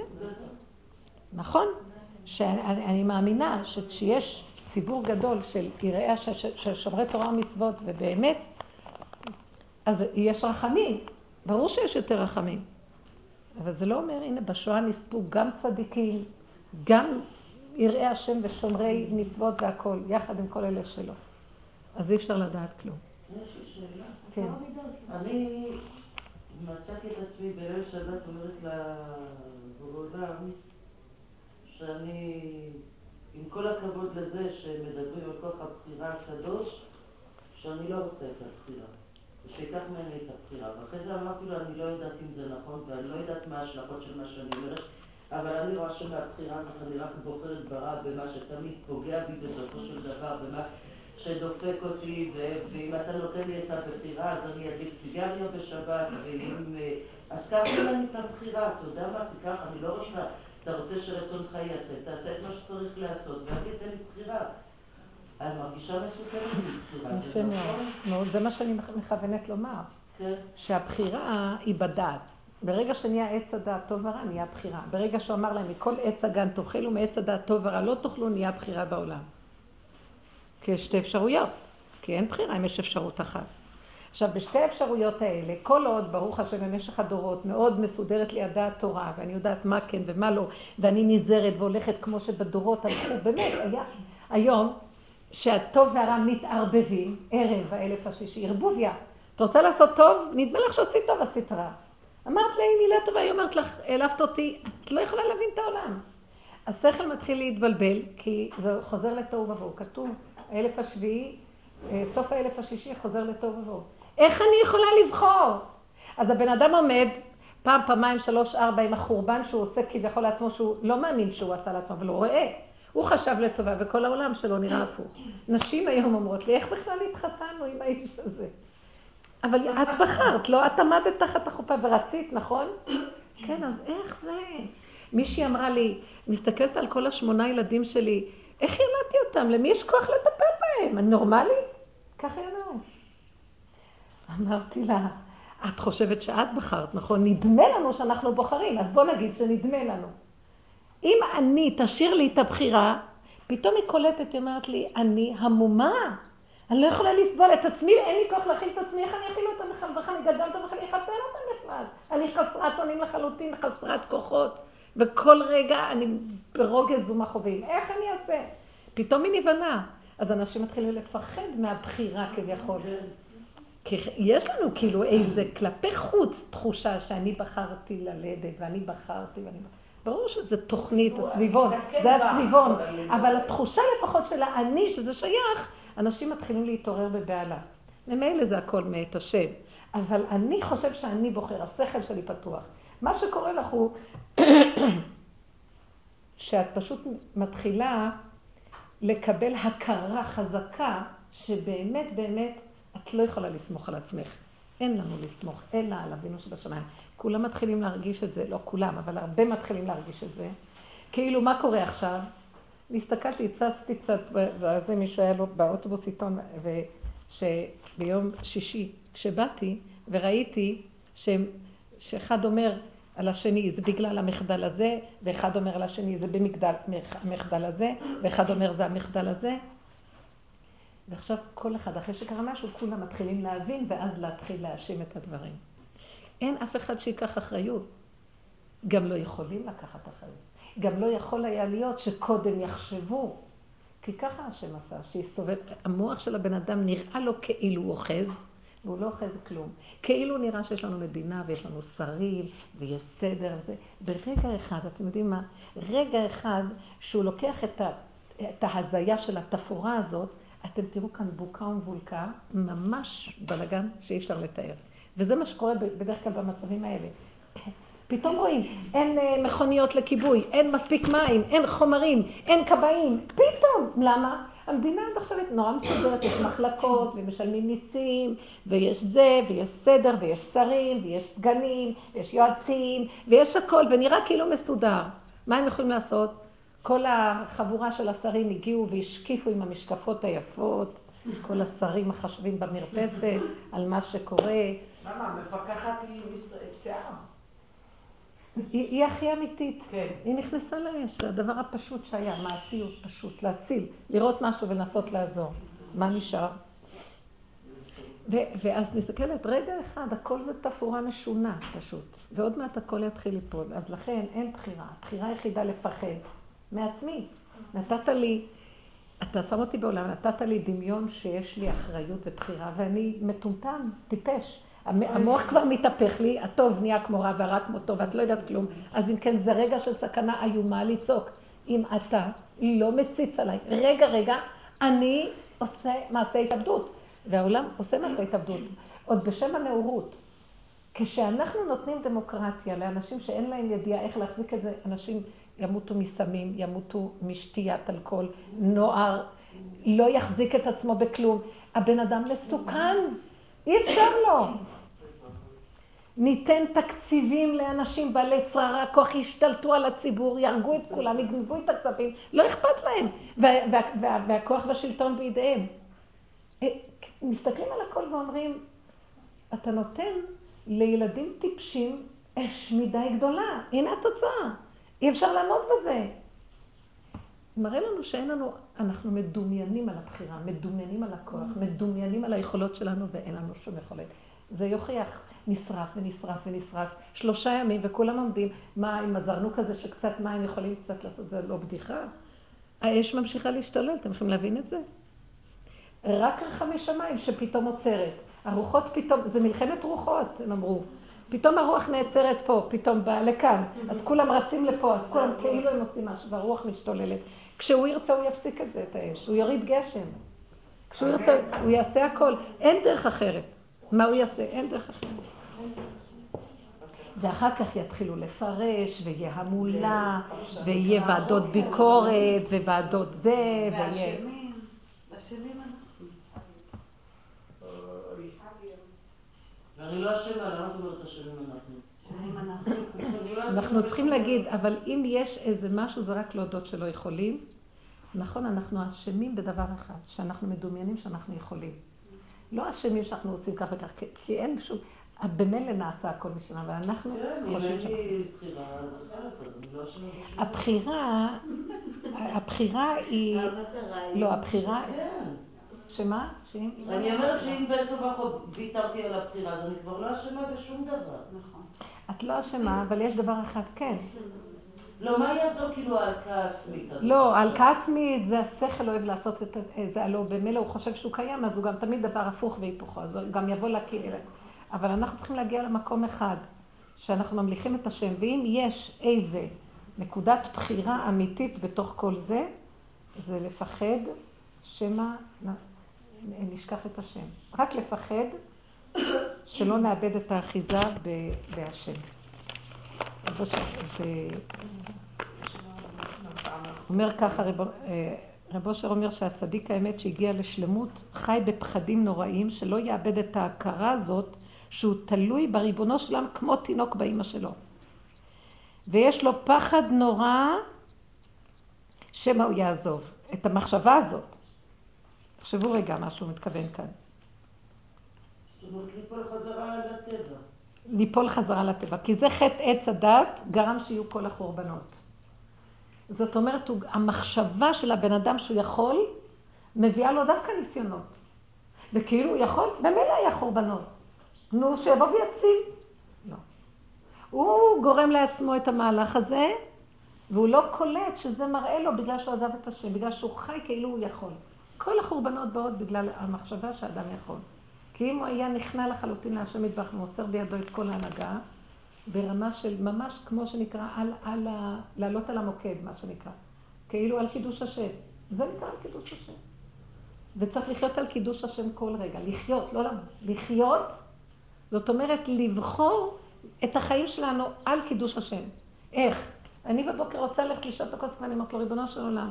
נכון? שאני מאמינה שכשיש ציבור גדול של יראי של שומרי תורה ומצוות, ובאמת, אז יש רחמים. ברור שיש יותר רחמים. אבל זה לא אומר, הנה, בשואה נספו גם צדיקים, גם יראי השם ושומרי מצוות והכל, יחד עם כל אלה שלו. אז אי אפשר לדעת כלום. יש לי שאלה. כן. אני מצאתי את עצמי בליל שבת אומרת לבורא שאני, עם כל הכבוד לזה שמדברים על כוח הבחירה הקדוש, שאני לא רוצה את הבחירה, ושיקח ממני את הבחירה. ואחרי זה אמרתי לו, אני לא יודעת אם זה נכון, ואני לא יודעת מה ההשלכות של מה שאני אומרת, אבל אני רואה שמהבחירה הזאת אני רק בוחרת ברע במה שתמיד פוגע בי בסופו של דבר, במה שדופק אותי, ואם אתה נותן לי את הבחירה, אז אני אדליק סיגריה בשבת, ואם... אז קח ממני את הבחירה, אתה יודע מה? תיקח, אני לא רוצה, אתה רוצה שרצונך יעשה, תעשה את מה שצריך לעשות, ואני אתן לי בחירה. אני מרגישה מסוכנת מבחירה. יפה מאוד, זה מה שאני מכוונת לומר. שהבחירה היא בדעת. ברגע שנהיה עץ הדעת טוב ורע, נהיה בחירה. ברגע שהוא אמר להם, מכל עץ הגן תאכלו, מעץ הדעת טוב ורע לא תאכלו, נהיה בחירה בעולם. כי יש שתי אפשרויות, כי אין בחירה אם יש אפשרות אחת. עכשיו, בשתי האפשרויות האלה, כל עוד, ברוך השם, במשך הדורות, מאוד מסודרת לי הדעת תורה, ואני יודעת מה כן ומה לא, ואני נזהרת והולכת כמו שבדורות הלכו, באמת, היה היום שהטוב והרע מתערבבים, ערב האלף השישי, ערבוביה. את רוצה לעשות טוב? נדמה לך שעשית טוב, עשית רע. אמרת לי מילה טובה, היא אומרת לך, העלבת אותי, את לא יכולה להבין את העולם. השכל מתחיל להתבלבל, כי זה חוזר לתוהו ובוהו. כתוב, האלף השביעי, סוף האלף השישי חוזר לתוהו ובוהו. איך אני יכולה לבחור? אז הבן אדם עומד פעם, פעמיים, שלוש, ארבע עם החורבן שהוא עושה כביכול לעצמו, שהוא לא מאמין שהוא עשה לעצמו, אבל הוא רואה. הוא חשב לטובה, וכל העולם שלו נראה הפוך. נשים היום אומרות לי, איך בכלל התחתנו עם האיש הזה? אבל את בחרת, לא? את עמדת תחת החופה ורצית, נכון? כן, אז איך זה? מישהי אמרה לי, מסתכלת על כל השמונה ילדים שלי, איך ילדתי אותם? למי יש כוח לטפל בהם? אני נורמלי? ככה ילדתי. אמרתי לה, את חושבת שאת בחרת, נכון? נדמה לנו שאנחנו בוחרים, אז בוא נגיד שנדמה לנו. אם אני תשאיר לי את הבחירה, פתאום היא קולטת, היא אומרת לי, אני המומה. אני לא יכולה לסבול את עצמי, אין לי כוח להכיל את עצמי, איך אני אכיל אותם בכלל, ואיך אני גדל אותם, איך אני אחתן אותם בכלל. אני חסרת אונים לחלוטין, חסרת כוחות. וכל רגע אני ברוגז ומחובים. איך אני אעשה? פתאום היא נבנה. אז אנשים מתחילים לפחד מהבחירה כביכול. כי יש לנו כאילו איזה כלפי חוץ תחושה שאני בחרתי ללדת ואני בחרתי ואני... ברור שזה תוכנית, הסביבון, זה הסביבון. אבל התחושה לפחות של האני, שזה שייך, אנשים מתחילים להתעורר בבעלה. ממילא זה הכל מאת השם. אבל אני חושב שאני בוחר, השכל שלי פתוח. מה שקורה לך הוא שאת פשוט מתחילה לקבל הכרה חזקה שבאמת באמת את לא יכולה לסמוך על עצמך. אין לנו לסמוך, אלא על אבינו שבשמיים. כולם מתחילים להרגיש את זה, לא כולם, אבל הרבה מתחילים להרגיש את זה. כאילו, מה קורה עכשיו? הסתכלתי, הצצתי קצת, ואז מישהו היה לו באוטובוס עיתון, שביום שישי, כשבאתי וראיתי ש... שאחד אומר על השני, זה בגלל המחדל הזה, ואחד אומר על השני, זה במחדל המחדל הזה, ואחד אומר, זה המחדל הזה. ועכשיו כל אחד, אחרי שקרה משהו, כולם מתחילים להבין, ואז להתחיל להאשים את הדברים. אין אף אחד שיקח אחריות. גם לא יכולים לקחת אחריות. גם לא יכול היה להיות שקודם יחשבו. כי ככה השם עשה, שיסובב, המוח של הבן אדם נראה לו כאילו הוא אוחז, והוא לא אוחז כלום. כאילו נראה שיש לנו מדינה ויש לנו שרים ויש סדר וזה. ברגע אחד, אתם יודעים מה? רגע אחד שהוא לוקח את, ה, את ההזיה של התפורה הזאת, אתם תראו כאן בוקה ומבולקה, ממש בלגן שאי אפשר לתאר. וזה מה שקורה בדרך כלל במצבים האלה. פתאום רואים, אין מכוניות לכיבוי, אין מספיק מים, אין חומרים, אין קבעים. פתאום, למה? המדינה עכשיו נורא מסודרת, יש מחלקות ומשלמים מיסים, ויש זה, ויש סדר, ויש שרים, ויש סגנים, ויש יועצים, ויש הכל, ונראה כאילו מסודר. מה הם יכולים לעשות? כל החבורה של השרים הגיעו והשקיפו עם המשקפות היפות, כל השרים החשבים במרפסת על מה שקורה. למה? המפקחת היא שיער. היא, היא הכי אמיתית. כן. היא נכנסה לאש, הדבר הפשוט שהיה, מעשיות פשוט, להציל, לראות משהו ולנסות לעזור. מה נשאר? ו- ואז מסתכלת, רגע אחד, הכל זה תפאורה משונה פשוט. ועוד מעט הכל יתחיל ליפול. אז לכן אין בחירה. הבחירה היחידה לפחד. מעצמי. נתת לי, אתה שם אותי בעולם, נתת לי דמיון שיש לי אחריות ובחירה, ואני מטומטם, טיפש. המוח כבר מתהפך לי, הטוב נהיה כמו רע והרע כמו טוב, ואת לא יודעת כלום. אז אם כן, זה רגע של סכנה איומה לצעוק. אם אתה לא מציץ עליי, רגע, רגע, אני עושה מעשה התאבדות. והעולם עושה מעשה התאבדות. עוד בשם הנאורות. כשאנחנו נותנים דמוקרטיה לאנשים שאין להם ידיעה איך להחזיק את זה, אנשים ימותו מסמים, ימותו משתיית אלכוהול, נוער, לא יחזיק את עצמו בכלום. הבן אדם מסוכן, אי אפשר לו. ניתן תקציבים לאנשים בעלי שררה, כוח ישתלטו על הציבור, ירגו את כולם, יגנבו את הכספים, לא אכפת להם, וה, וה, וה, והכוח והשלטון בידיהם. מסתכלים על הכל ואומרים, אתה נותן לילדים טיפשים אש מדי גדולה, הנה התוצאה, אי אפשר לעמוד בזה. מראה לנו שאין לנו, אנחנו מדומיינים על הבחירה, מדומיינים על הכוח, מדומיינים על היכולות שלנו ואין לנו שום יכולת. זה יוכיח, נשרף ונשרף ונשרף, שלושה ימים וכולם עומדים, מה אם עזרנו כזה שקצת מים יכולים קצת לעשות, זה לא בדיחה. האש ממשיכה להשתולל, אתם יכולים להבין את זה? רק רחמי שמיים שפתאום עוצרת. הרוחות פתאום, זה מלחמת רוחות, הם אמרו. פתאום הרוח נעצרת פה, פתאום באה לכאן. אז כולם רצים לפה, אז כולם כאילו הם עושים משהו, והרוח משתוללת. כשהוא ירצה, הוא יפסיק את זה, את האש. הוא יוריד גשם. כשהוא ירצה, הוא יעשה הכל. אין דרך אחרת. מה הוא יעשה? אין דרך אחרת. ואחר כך יתחילו לפרש, ויהיה המולה, ויהיה ועדות ביקורת, וועדות זה, ויהיה... והשמים, השמים אנחנו. ואני לא אשמה, למה את אומרת אשמים אנחנו? השמים אנחנו. אנחנו צריכים להגיד, אבל אם יש איזה משהו, זה רק להודות שלא יכולים. נכון, אנחנו אשמים בדבר אחד, שאנחנו מדומיינים שאנחנו יכולים. לא אשמים שאנחנו עושים כך וכך, כי אין שום... במילא נעשה הכל בשבילה, ואנחנו חושבים שאנחנו... הבחירה, הבחירה היא... לא, הבחירה... שמה? אני אומרת שאם בין כבך ויתרתי על הבחירה, אז אני כבר לא אשמה בשום דבר. נכון. את לא אשמה, אבל יש דבר אחד כן. לא, מה יעזור כאילו ההלקאה העצמית הזאת? לא, ההלקאה עצמית זה השכל אוהב לעשות את זה, הלוא במילא הוא חושב שהוא קיים, אז הוא גם תמיד דבר הפוך והיפוכו, אז הוא גם יבוא להכיר. אבל אנחנו צריכים להגיע למקום אחד, שאנחנו ממליכים את השם, ואם יש איזה נקודת בחירה אמיתית בתוך כל זה, זה לפחד שמה נשכח את השם. רק לפחד שלא נאבד את האחיזה בהשם. זה... אומר ככה, רב אושר אומר שהצדיק האמת שהגיע לשלמות חי בפחדים נוראים, שלא יאבד את ההכרה הזאת שהוא תלוי בריבונו שלם כמו תינוק באמא שלו. ויש לו פחד נורא שמה הוא יעזוב, את המחשבה הזאת. תחשבו רגע מה שהוא מתכוון כאן. זאת אומרת, ליפול חזרה לטבע. ליפול חזרה לטבע, כי זה חטא עץ הדת גרם שיהיו כל החורבנות. זאת אומרת, המחשבה של הבן אדם שהוא יכול, מביאה לו דווקא ניסיונות. וכאילו הוא יכול, במילא היה חורבנות. נו, שיבוא ויציל. לא. הוא גורם לעצמו את המהלך הזה, והוא לא קולט שזה מראה לו בגלל שהוא עזב את השם, בגלל שהוא חי כאילו הוא יכול. כל החורבנות באות בגלל המחשבה שאדם יכול. כי אם הוא היה נכנע לחלוטין להשם מטבח ומוסר בידו את כל ההנהגה, ברמה של ממש כמו שנקרא, על, על ה... לעלות על המוקד, מה שנקרא. כאילו על קידוש השם. זה נקרא על קידוש השם. וצריך לחיות על קידוש השם כל רגע. לחיות, לא למה. לחיות, זאת אומרת לבחור את החיים שלנו על קידוש השם. איך? אני בבוקר רוצה ללכת לשתות הכוס ואני אומרת לו, ריבונו של עולם,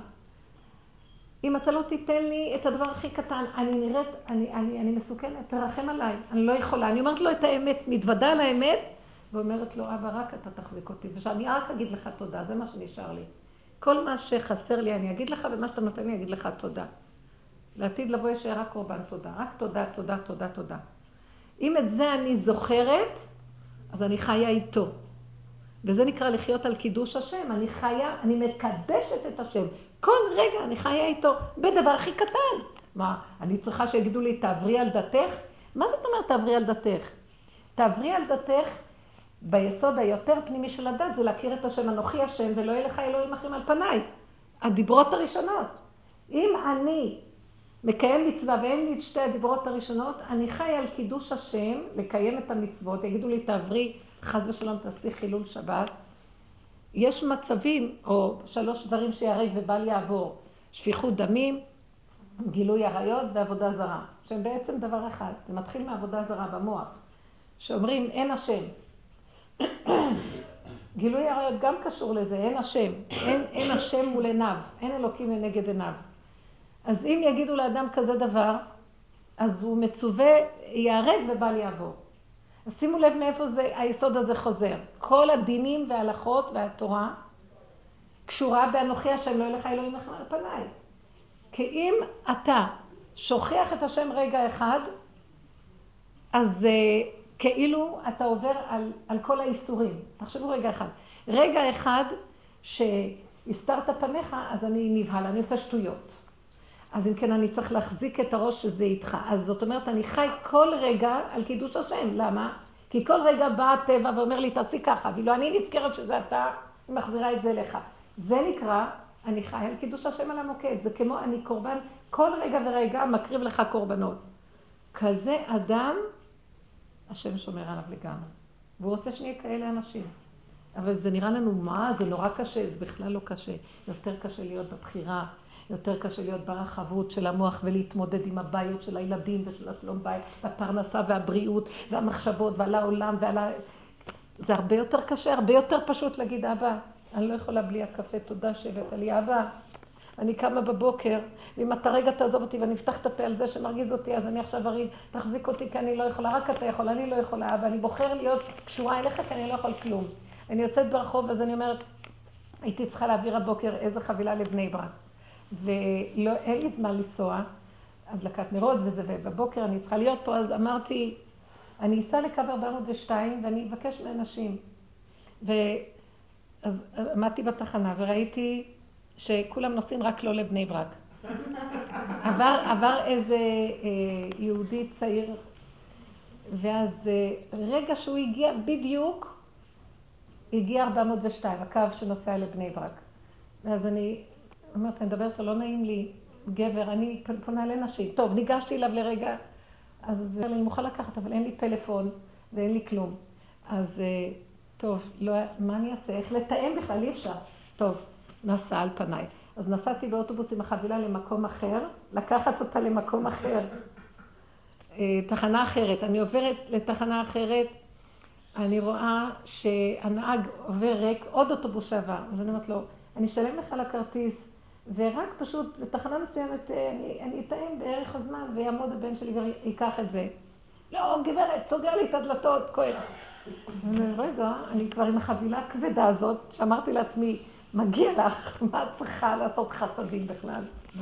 אם אתה לא תיתן לי את הדבר הכי קטן, אני נראית, אני, אני, אני מסוכנת, תרחם עליי, אני לא יכולה. אני אומרת לו את האמת, מתוודה על האמת, ואומרת לו, אבא, רק אתה תחזיק אותי, ושאני רק אגיד לך תודה, זה מה שנשאר לי. כל מה שחסר לי אני אגיד לך, ומה שאתה נותן לי אגיד לך תודה. לעתיד לבוא יש רק קורבן תודה, רק תודה, תודה, תודה, תודה. אם את זה אני זוכרת, אז אני חיה איתו. וזה נקרא לחיות על קידוש השם, אני חיה, אני מקדשת את השם. כל רגע אני חיה איתו בדבר הכי קטן. מה, אני צריכה שיגידו לי, תעברי על דתך? מה זאת אומרת תעברי על דתך? תעברי על דתך, ביסוד היותר פנימי של הדת, זה להכיר את השם, אנוכי השם, ולא יהיה לך אלוהים אחרים על פניי. הדיברות הראשונות. אם אני מקיים מצווה ואין לי את שתי הדיברות הראשונות, אני חי על קידוש השם, לקיים את המצוות, יגידו לי, תעברי, חס ושלום, תעשי חילול שבת. יש מצבים, או שלוש דברים שיהרג ובל יעבור, שפיכות דמים, גילוי עריות ועבודה זרה, שהם בעצם דבר אחד. זה מתחיל מעבודה זרה במוח, שאומרים, אין השם. גילוי עריות גם קשור לזה, אין השם. אין, אין השם מול עיניו, אין אלוקים לנגד עיניו. אז אם יגידו לאדם כזה דבר, אז הוא מצווה, יהרג ובל יעבור. אז שימו לב מאיפה זה, היסוד הזה חוזר. כל הדינים וההלכות והתורה קשורה באנוכי השם, לא יהיה לך אלוהים אחר על פניי. כי אם אתה שוכח את השם רגע אחד, אז uh, כאילו אתה עובר על, על כל האיסורים. תחשבו רגע אחד. רגע אחד שהסתרת פניך, אז אני נבהל, אני עושה שטויות. אז אם כן, אני צריך להחזיק את הראש שזה איתך. אז זאת אומרת, אני חי כל רגע על קידוש השם. למה? כי כל רגע בא הטבע ואומר לי, תעשי ככה. ואילו אני נזכרת שזה אתה, מחזירה את זה לך. זה נקרא, אני חי על קידוש השם על המוקד. זה כמו אני קורבן, כל רגע ורגע מקריב לך קורבנות. כזה אדם, השם שומר עליו לגמרי. והוא רוצה שנהיה כאלה אנשים. אבל זה נראה לנו מה? זה נורא קשה, זה בכלל לא קשה. יותר קשה להיות בבחירה. יותר קשה להיות ברחבות של המוח ולהתמודד עם הבעיות של הילדים ושל השלום בית, והפרנסה והבריאות והמחשבות ועל העולם ועל ה... זה הרבה יותר קשה, הרבה יותר פשוט להגיד, אבא, אני לא יכולה בלי הקפה, תודה שהבאת לי, אבא, אני קמה בבוקר, ואם אתה רגע תעזוב אותי ואני אפתח את הפה על זה שמרגיז אותי, אז אני עכשיו אריב, תחזיק אותי כי אני לא יכולה, רק אתה יכול, אני לא יכולה, אבא, אני בוחר להיות קשורה אליך כי אני לא יכול כלום. אני יוצאת ברחוב, אז אני אומרת, הייתי צריכה להעביר הבוקר איזה חבילה לבני ברק. ואין לי זמן לנסוע, הדלקת נרות וזה, ובבוקר אני צריכה להיות פה, אז אמרתי, אני אסע לקו ארבע מאות ושתיים ואני אבקש מאנשים. ואז עמדתי בתחנה וראיתי שכולם נוסעים רק לא לבני ברק. עבר, עבר איזה אה, יהודי צעיר, ואז אה, רגע שהוא הגיע בדיוק, הגיע ארבע מאות ושתיים, הקו שנוסע לבני ברק. ואז אני אומרת, אני מדברת, לא נעים לי, גבר, אני פונה לנשים. טוב, ניגשתי אליו לרגע, אז זה אומר לי, אני מוכן לקחת, אבל אין לי פלאפון ואין לי כלום. אז טוב, לא, מה אני אעשה? איך לתאם בכלל? אי אפשר. טוב, נסע על פניי. אז נסעתי באוטובוס עם החבילה למקום אחר, לקחת אותה למקום אחר. תחנה אחרת. אני עוברת לתחנה אחרת, אני רואה שהנהג עובר ריק, עוד אוטובוס שעבר. אז אני אומרת לו, אני אשלם לך לכרטיס, ורק פשוט בתחנה מסוימת אני, אני אתאם בערך הזמן, ויעמוד הבן שלי ויקח את זה. לא, גברת, סוגר לי את הדלתות, כואב. רגע, אני כבר עם החבילה הכבדה הזאת, שאמרתי לעצמי, מגיע לך, מה את צריכה לעשות חסדים בכלל?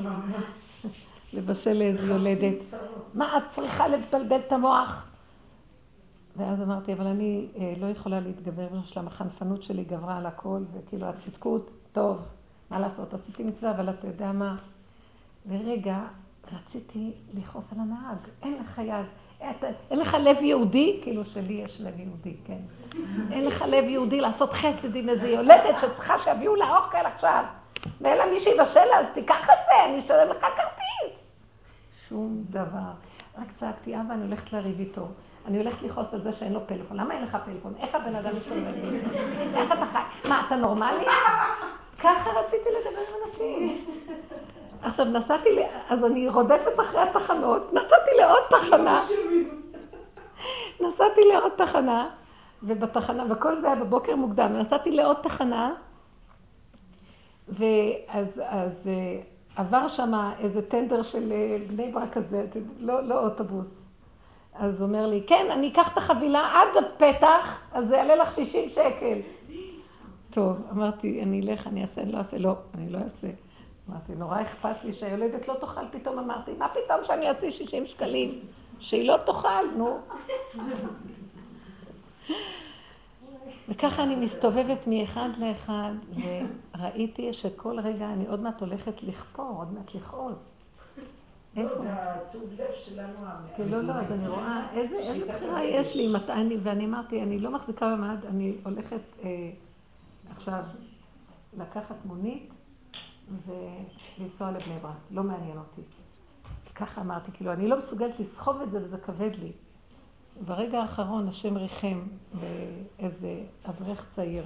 לבשל לאיזו יולדת. מה את צריכה לבלבל את המוח? ואז אמרתי, אבל אני לא יכולה להתגבר בשלם, החנפנות שלי גברה על הכל, וכאילו הצדקות, טוב, מה לעשות? עשיתי מצווה, אבל אתה יודע מה? ורגע, רציתי לכעוס על הנהג, אין לך יד. אין לך לב יהודי? כאילו שלי יש לב יהודי, כן. אין לך לב יהודי לעשות חסד עם איזו יולדת שצריכה שיביאו לה אוכל עכשיו. ואין לה מי שיבשל לה, אז תיקח את זה, אני אשלם לך כרטיס. שום דבר. רק צעקתי, אבא, אני הולכת לריב איתו. אני הולכת לכעוס על זה שאין לו פלאפון. למה אין לך פלאפון? איך הבן אדם מסתובב לי? איך אתה חי? מה, אתה נורמלי? ככה רציתי לדבר עם אנשים. עכשיו נסעתי, אז אני רודפת אחרי התחנות, נסעתי לעוד תחנה, נסעתי לעוד תחנה, ובתחנה, וכל זה היה בבוקר מוקדם, נסעתי לעוד תחנה, ואז אז, עבר שם איזה טנדר של בני ברק כזה, לא, לא אוטובוס. אז הוא אומר לי, כן, אני אקח את החבילה עד הפתח, אז זה יעלה לך שישים שקל. טוב, אמרתי, אני אלך, אני אעשה, אני לא אעשה, לא, אני לא אעשה. אמרתי, נורא אכפת לי שהילדת לא תאכל, פתאום אמרתי, מה פתאום שאני אעשה שישים שקלים? שהיא לא תאכל, נו. וככה אני מסתובבת מאחד לאחד, וראיתי שכל רגע אני עוד מעט הולכת לכפור, עוד מעט לכעוס. איפה? זה הטוב לב שלנו. לא, לא, אז אני רואה איזה בחירה יש לי, ואני אמרתי, אני לא מחזיקה במעד, אני הולכת עכשיו לקחת מונית, ולנסוע לבני ברק, לא מעניין אותי. ככה אמרתי, כאילו, אני לא מסוגלת לסחוב את זה וזה כבד לי. ברגע האחרון, השם ריחם באיזה אברך צעיר,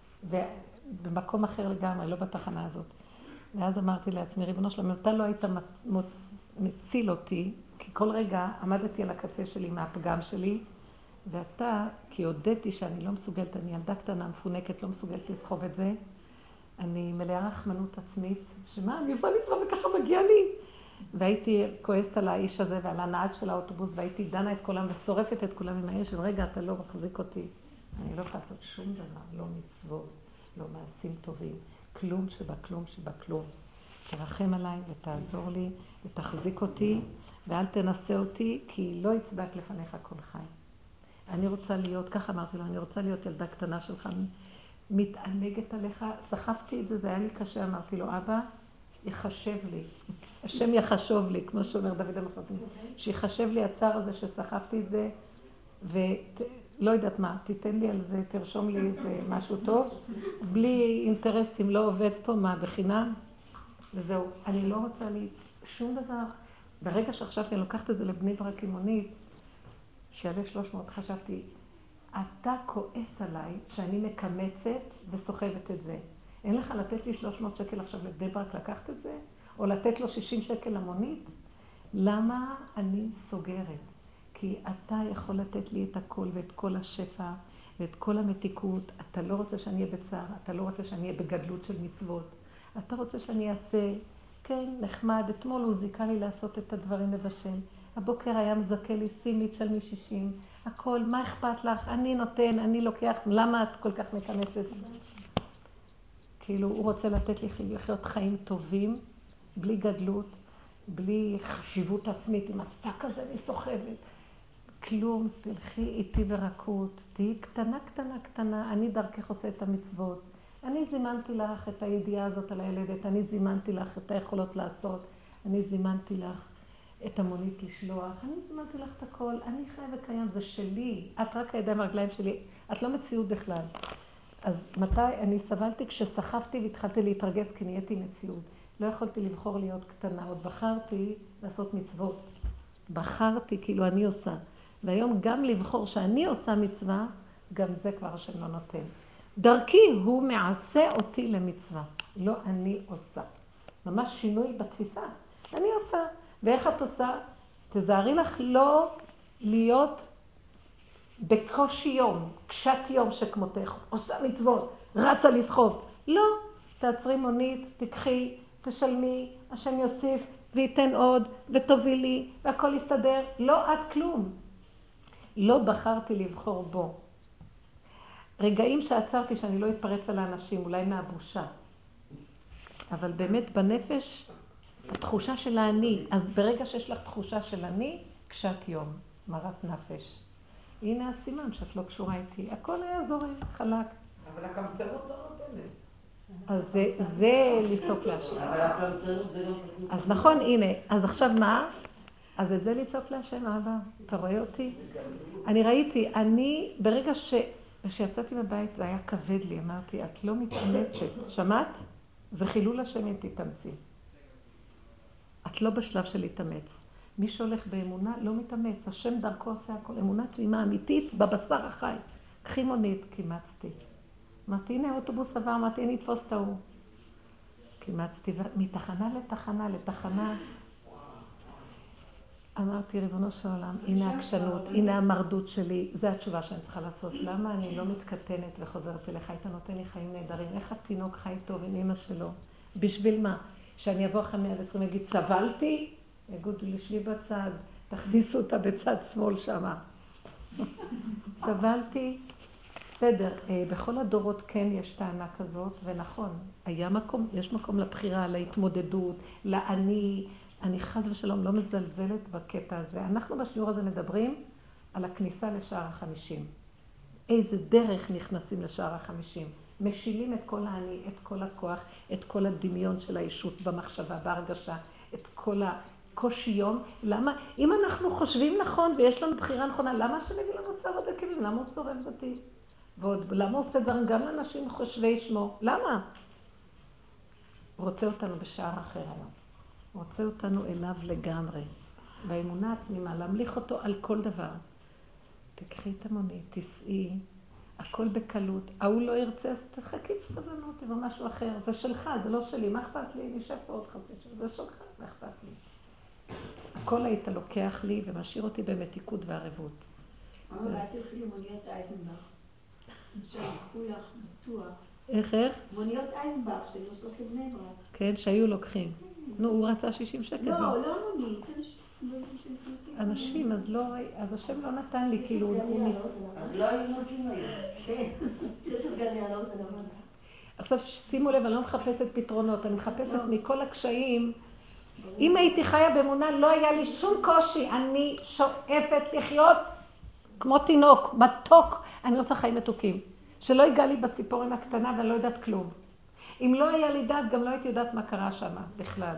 במקום אחר לגמרי, לא בתחנה הזאת. ואז אמרתי לעצמי, ריבונו שלום, אתה לא היית מוצ... מציל אותי, כי כל רגע עמדתי על הקצה שלי מהפגם שלי, ואתה, כי הודיתי שאני לא מסוגלת, אני ילדה קטנה מפונקת, לא מסוגלת לסחוב את זה, אני מלאה רחמנות עצמית, שמה, אני עושה מצווה וככה מגיע לי. והייתי כועסת על האיש הזה ועל הנהג של האוטובוס, והייתי דנה את כולם ושורפת את כולם עם האש, ורגע, אתה לא מחזיק אותי. אני לא יכולה לעשות שום דבר, לא מצוות, לא מעשים טובים, כלום שבכלום שבכלום. תרחם עליי ותעזור לי ותחזיק אותי, ואל תנסה אותי, כי לא יצבק לפניך כל חי. אני רוצה להיות, ככה אמרתי לו, אני רוצה להיות ילדה קטנה שלך, מתענגת עליך, סחבתי את זה, זה היה לי קשה, אמרתי לו, אבא, יחשב לי, השם יחשוב לי, כמו שאומר דוד המלך, שיחשב לי הצער הזה שסחבתי את זה, ולא יודעת מה, תיתן לי על זה, תרשום לי איזה משהו טוב, בלי אינטרסים, לא עובד פה, מה, בחינם, וזהו, אני לא רוצה לי שום דבר. ברגע שחשבתי, אני לוקחת את זה לבני ברק עם מונית, שיעלה שלוש מאות, חשבתי, אתה כועס עליי שאני מקמצת וסוחבת את זה. אין לך לתת לי שלוש מאות שקל עכשיו לבני ברק לקחת את זה? או לתת לו שישים שקל למונית? למה אני סוגרת? כי אתה יכול לתת לי את הכל ואת כל השפע ואת כל המתיקות. אתה לא רוצה שאני אהיה בצער, אתה לא רוצה שאני אהיה בגדלות של מצוות. אתה רוצה שאני אעשה, כן, נחמד, אתמול הוא זיקה לי לעשות את הדברים לבשל. הבוקר היה מזכה לי סימית של משישים. הכל, מה אכפת לך? אני נותן, אני לוקח, למה את כל כך מקמצת? כאילו, הוא רוצה לתת לי לחיות חיים טובים, בלי גדלות, בלי חשיבות עצמית, עם השק הזה אני סוחבת. כלום, תלכי איתי ברכות, תהי קטנה, קטנה, קטנה, אני דרכך עושה את המצוות. אני זימנתי לך את הידיעה הזאת על הילדת, אני זימנתי לך את היכולות לעשות, אני זימנתי לך את המונית לשלוח, אני זימנתי לך את הכל, אני חי וקיים, זה שלי, את רק הידיים והרגליים שלי, את לא מציאות בכלל. אז מתי אני סבלתי? כשסחבתי והתחלתי להתרגז כי נהייתי מציאות. לא יכולתי לבחור להיות קטנה, עוד בחרתי לעשות מצוות. בחרתי כאילו אני עושה. והיום גם לבחור שאני עושה מצווה, גם זה כבר השם לא נותן. דרכי הוא מעשה אותי למצווה, לא אני עושה. ממש שינוי בתפיסה. אני עושה. ואיך את עושה? תזהרי לך לא להיות בקושי יום, קשת יום שכמותך, עושה מצוות, רצה לסחוב. לא, תעצרי מונית, תקחי, תשלמי, השם יוסיף וייתן עוד ותובילי והכל יסתדר. לא עד כלום. לא בחרתי לבחור בו. רגעים שעצרתי שאני לא אתפרץ על האנשים, אולי מהבושה. אבל באמת בנפש, התחושה של האני, אז ברגע שיש לך תחושה של אני, קשת יום, מרת נפש. הנה הסימן שאת לא קשורה איתי, הכל היה זורם, חלק. אבל הקמצנות לא נותנת. אז זה, זה לצעוק להשם. אבל הקמצנות זה לא כתוב. אז נכון, הנה, אז עכשיו מה? אז את זה לצעוק להשם, אבא, אתה רואה אותי? אני ראיתי, אני, ברגע ש... כשיצאתי בבית זה היה כבד לי, אמרתי, את לא מתאמצת, שמעת? זה חילול השם אם תתאמצי. את לא בשלב של להתאמץ. מי שהולך באמונה לא מתאמץ, השם דרכו עושה הכל, אמונה תמימה אמיתית בבשר החי. קחי מונית, קימצתי. אמרתי, הנה האוטובוס עבר, אמרתי, הנה יתפוס את ההוא. קימצתי, מתחנה לתחנה לתחנה. אמרתי, ריבונו של עולם, הנה העקשנות, הנה המרדות שלי, זו התשובה שאני צריכה לעשות. למה אני לא מתקטנת וחוזרת אליך? היית נותן לי חיים נהדרים. איך התינוק חי טוב עם אמא שלו? בשביל מה? שאני אבוא אחרי מאה ועשרים אגיד, סבלתי? יגידו לי, שלי בצד, תכניסו אותה בצד שמאל שמה. סבלתי? בסדר, בכל הדורות כן יש טענה כזאת, ונכון, היה מקום, יש מקום לבחירה, להתמודדות, לאני, אני חס ושלום לא מזלזלת בקטע הזה. אנחנו בשיעור הזה מדברים על הכניסה לשער החמישים. איזה דרך נכנסים לשער החמישים. משילים את כל האני, את כל הכוח, את כל הדמיון של הישות במחשבה, בהרגשה, את כל הקושי יום. למה? אם אנחנו חושבים נכון ויש לנו בחירה נכונה, למה השם מביא לנו צער עד עקבים? למה הוא שורף אותי? ועוד, למה הוא עושה דברים גם לאנשים חושבי שמו? למה? הוא רוצה אותנו בשער אחר היום. הוא רוצה אותנו אליו לגמרי. באמונה התמימה, להמליך אותו על כל דבר. תקחי את המונית, תסעי, הכל בקלות. ההוא לא ירצה, אז תחכי בסבלנות, תבוא משהו אחר. זה שלך, זה לא שלי. מה אכפת לי? נשב פה עוד חצי שעה. זה שלך, מה אכפת לי? הכל היית לוקח לי ומשאיר אותי במתיקות וערבות. אבל את תלכי למוניות אייזנבך. שהלכו לך בטוח. איך, איך? מוניות אייזנבך שנוסעות לבני ברק. כן, שהיו לוקחים. נו, הוא רצה שישים שקל. לא, לא מונית. אנשים, אז לא, אז השם לא נתן לי, כאילו, הוא ניס... אז לא היו נוסעים היום. כן, כסף גני על האוזן המון. עכשיו שימו לב, אני לא מחפשת פתרונות, אני מחפשת מכל הקשיים. אם הייתי חיה באמונה, לא היה לי שום קושי. אני שואפת לחיות כמו תינוק, מתוק. אני רוצה חיים מתוקים. שלא יגע לי בציפורן הקטנה ואני לא יודעת כלום. אם לא היה לי דעת, גם לא הייתי יודעת מה קרה שם בכלל.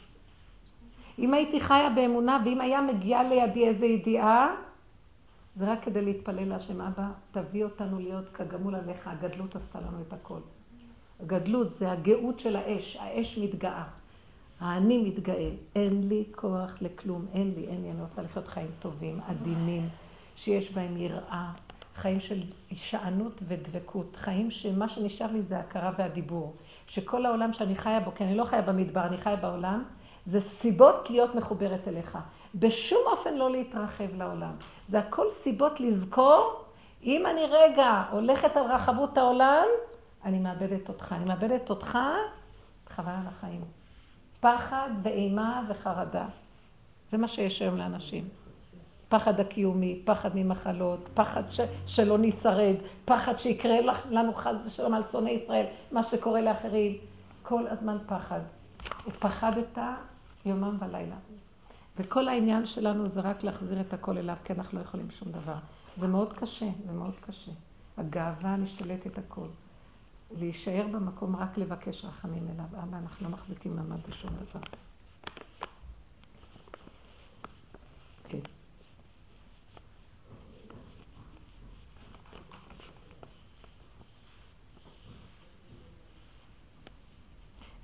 אם הייתי חיה באמונה, ואם היה מגיע לידי איזו ידיעה, זה רק כדי להתפלל להשם, אבא, תביא אותנו להיות כגמול עליך, הגדלות עשתה לנו את הכל. הגדלות זה הגאות של האש, האש מתגאה. האני מתגאה, אין לי כוח לכלום, אין לי, אין לי, אני רוצה לחיות חיים טובים, עדינים, שיש בהם יראה, חיים של שענות ודבקות, חיים שמה שנשאר לי זה הכרה והדיבור, שכל העולם שאני חיה בו, כי אני לא חיה במדבר, אני חיה בעולם, זה סיבות להיות מחוברת אליך. בשום אופן לא להתרחב לעולם. זה הכל סיבות לזכור, אם אני רגע הולכת על רחבות העולם, אני מאבדת אותך. אני מאבדת אותך, חבל על החיים. פחד ואימה וחרדה. זה מה שיש היום לאנשים. פחד הקיומי, פחד ממחלות, פחד ש... שלא נשרד, פחד שיקרה לנו חס ושלום על שונאי ישראל, מה שקורה לאחרים. כל הזמן פחד. ופחדת יומם ולילה. וכל העניין שלנו זה רק להחזיר את הכל אליו, כי אנחנו לא יכולים שום דבר. זה מאוד קשה, זה מאוד קשה. הגאווה להשתלט את הכל. להישאר במקום רק לבקש רחמים אליו. אבא, אנחנו לא מחזיקים מעמד בשום דבר. כן.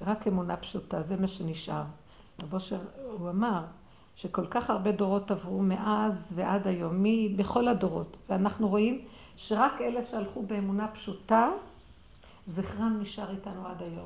רק אמונה פשוטה, זה מה שנשאר. רב אושר, הוא אמר שכל כך הרבה דורות עברו מאז ועד היום, מי בכל הדורות, ואנחנו רואים שרק אלה שהלכו באמונה פשוטה, זכרם נשאר איתנו עד היום.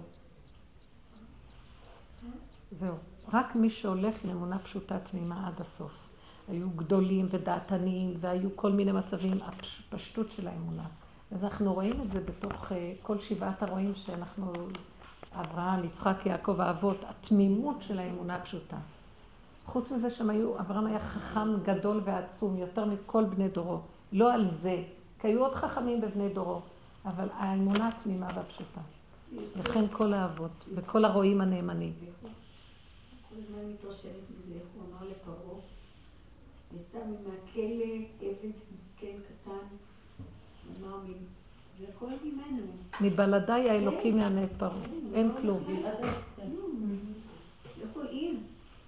זהו, רק מי שהולך עם אמונה פשוטה תמימה עד הסוף. היו גדולים ודעתניים, והיו כל מיני מצבים, הפשטות של האמונה. אז אנחנו רואים את זה בתוך כל שבעת הרועים שאנחנו, אברהם, יצחק, יעקב, האבות, התמימות של האמונה הפשוטה. חוץ מזה שהם היו, אברהם היה חכם גדול ועצום, יותר מכל בני דורו. לא על זה, כי היו עוד חכמים בבני דורו, אבל האמונה התמימה והפשוטה. לכן כל האבות, וכל הרועים הנאמנים. כל הזמן מתרשמת מזה, איך הוא אמר לפרעה, יצא מהכלא, עבד מסכן קטן, אמר מי, זה הכל ממנו. מבלעדיי האלוקים יענה את פרעה, אין כלום. איך הוא העיז?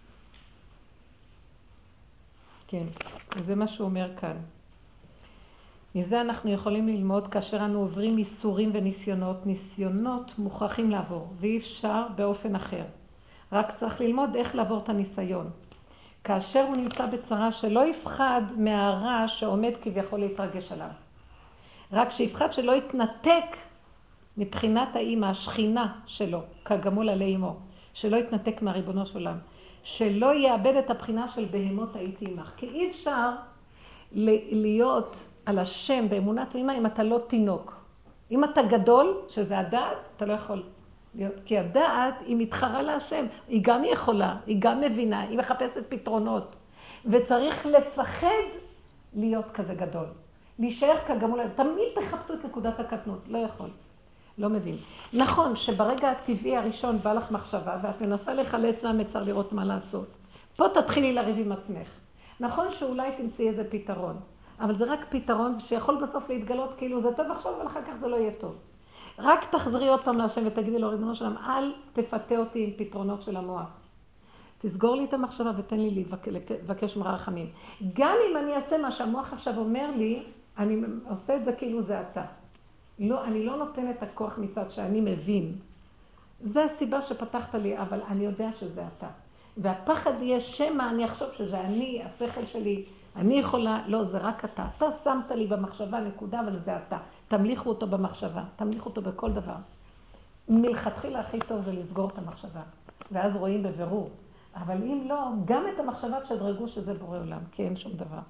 כן, וזה מה שהוא אומר כאן. מזה אנחנו יכולים ללמוד כאשר אנו עוברים איסורים וניסיונות, ניסיונות מוכרחים לעבור, ואי אפשר באופן אחר. רק צריך ללמוד איך לעבור את הניסיון. כאשר הוא נמצא בצרה שלא יפחד מהרע שעומד כביכול להתרגש עליו. רק שיפחד שלא יתנתק מבחינת האמא, השכינה שלו, כגמול עלי אמו, שלא יתנתק מהריבונו של עולם, שלא יאבד את הבחינה של בהמות הייתי עמך. כי אי אפשר להיות על השם באמונת תמימה אם אתה לא תינוק. אם אתה גדול, שזה הדעת, אתה לא יכול להיות. כי הדעת היא מתחרה להשם, היא גם יכולה, היא גם מבינה, היא מחפשת פתרונות. וצריך לפחד להיות כזה גדול. להישאר כגמול, תמיד תחפשו את נקודת הקטנות, לא יכול. לא מבין. נכון שברגע הטבעי הראשון בא לך מחשבה, ואת מנסה לחלץ מהמצר לראות מה לעשות. פה תתחילי לריב עם עצמך. נכון שאולי תמצאי איזה פתרון, אבל זה רק פתרון שיכול בסוף להתגלות כאילו זה טוב עכשיו, אבל אחר כך זה לא יהיה טוב. רק תחזרי עוד פעם להשם ותגידי לו, ריבונו שלם, אל תפתה אותי עם פתרונות של המוח. תסגור לי את המחשבה ותן לי לבקש מרחמים. גם אם אני אעשה מה שהמוח עכשיו אומר לי, אני עושה את זה כאילו זה אתה. לא, אני לא נותן את הכוח מצד שאני מבין. זה הסיבה שפתחת לי, אבל אני יודע שזה אתה. והפחד יהיה שמה, אני אחשוב שזה אני, השכל שלי, אני יכולה, לא, זה רק אתה. אתה שמת לי במחשבה נקודה, אבל זה אתה. תמליכו אותו במחשבה, תמליכו אותו בכל דבר. מלכתחילה הכי טוב זה לסגור את המחשבה, ואז רואים בבירור. אבל אם לא, גם את המחשבה תשדרגו שזה בורא עולם, כי אין שום דבר.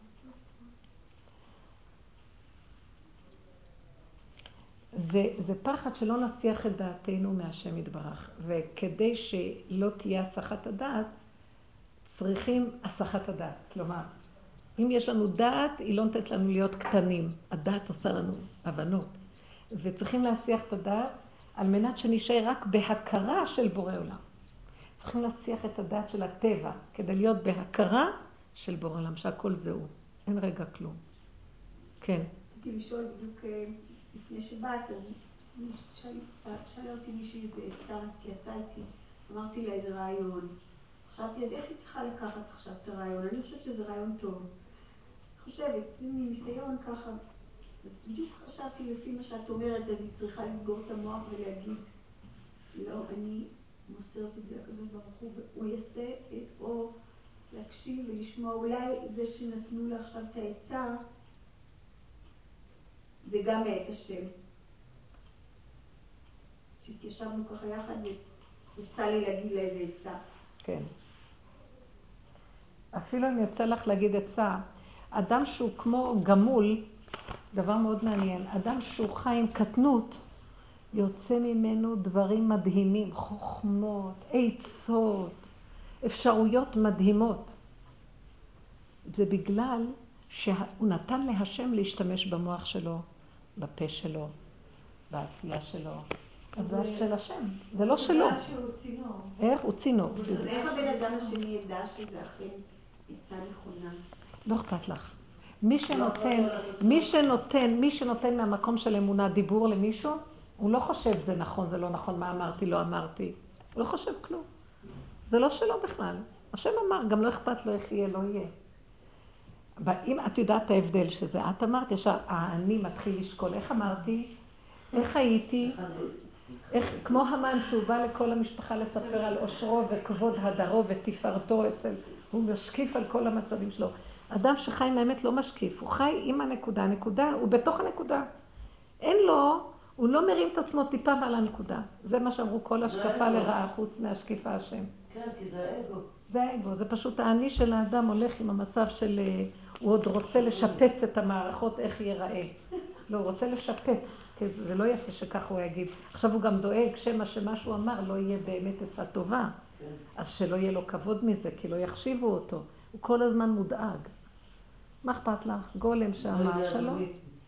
זה, זה פחד שלא נסיח את דעתנו מהשם יתברך, וכדי שלא תהיה הסחת הדעת, צריכים הסחת הדעת. כלומר, אם יש לנו דעת, היא לא נותנת לנו להיות קטנים. הדעת עושה לנו הבנות. וצריכים להסיח את הדעת על מנת שנשאר רק בהכרה של בורא עולם. צריכים להסיח את הדעת של הטבע, כדי להיות בהכרה של בורא עולם, שהכל זהו. אין רגע כלום. כן. רציתי לשאול בדיוק לפני שבאת, אז שאלה אותי מישהי איזה עצה, כי יצאתי, אמרתי לה איזה רעיון. חשבתי, אז איך היא צריכה לקחת עכשיו את הרעיון? אני חושבת שזה רעיון טוב. אני חושבת, מניסיון ככה, אז בדיוק חשבתי לפי מה שאת אומרת, אז היא צריכה לסגור את המוח ולהגיד, לא, אני מוסרת את זה לקדוש ברוך הוא, והוא יעשה את, או להקשיב ולשמוע, אולי זה שנתנו לה עכשיו את העצה, זה גם מאת השם. שהתיישבנו ככה יחד, ויצא לי להגיד לה איזה עצה. כן. אפילו אם יצא לך להגיד עצה, אדם שהוא כמו גמול, דבר מאוד מעניין, אדם שהוא חי עם קטנות, יוצא ממנו דברים מדהימים, חוכמות, עצות, אפשרויות מדהימות. זה בגלל שהוא נתן להשם להשתמש במוח שלו, בפה שלו, בעשייה שלו. אז זה של השם, זה לא שלו. הוא שהוא צינור. איך? הוא צינור. איך הבן אדם השני ידע שזה אכן עצה נכונה? לא אכפת לך. מי שנותן, מי שנותן, מי שנותן מהמקום של אמונה דיבור למישהו, הוא לא חושב זה נכון, זה לא נכון, מה אמרתי, לא אמרתי. הוא לא חושב כלום. זה לא שלו בכלל. השם אמר, גם לא אכפת לו איך יהיה, לא יהיה. אם את יודעת ההבדל שזה, את אמרת, ישר, אני מתחיל לשקול, איך אמרתי, איך הייתי, איך, כמו המן שהוא בא לכל המשפחה לספר על עושרו וכבוד הדרו ותפארתו אצל, הוא משקיף על כל המצבים שלו. אדם שחי עם האמת לא משקיף, הוא חי עם הנקודה, הנקודה, הוא בתוך הנקודה. אין לו, הוא לא מרים את עצמו טיפה מעל הנקודה. זה מה שאמרו כל השקפה לרעה חוץ מהשקיפה השם. כן, כי זה האגו. זה האגו, זה פשוט האני של האדם הולך עם המצב של, הוא עוד רוצה לשפץ את המערכות איך ייראה. לא, הוא רוצה לשפץ, כי זה לא יפה שכך הוא יגיד. עכשיו הוא גם דואג שמה שמה שהוא אמר לא יהיה באמת עצה טובה. אז שלא יהיה לו כבוד מזה, כי לא יחשיבו אותו. הוא כל הזמן מודאג. מה אכפת לך? גולם שאמר שלום.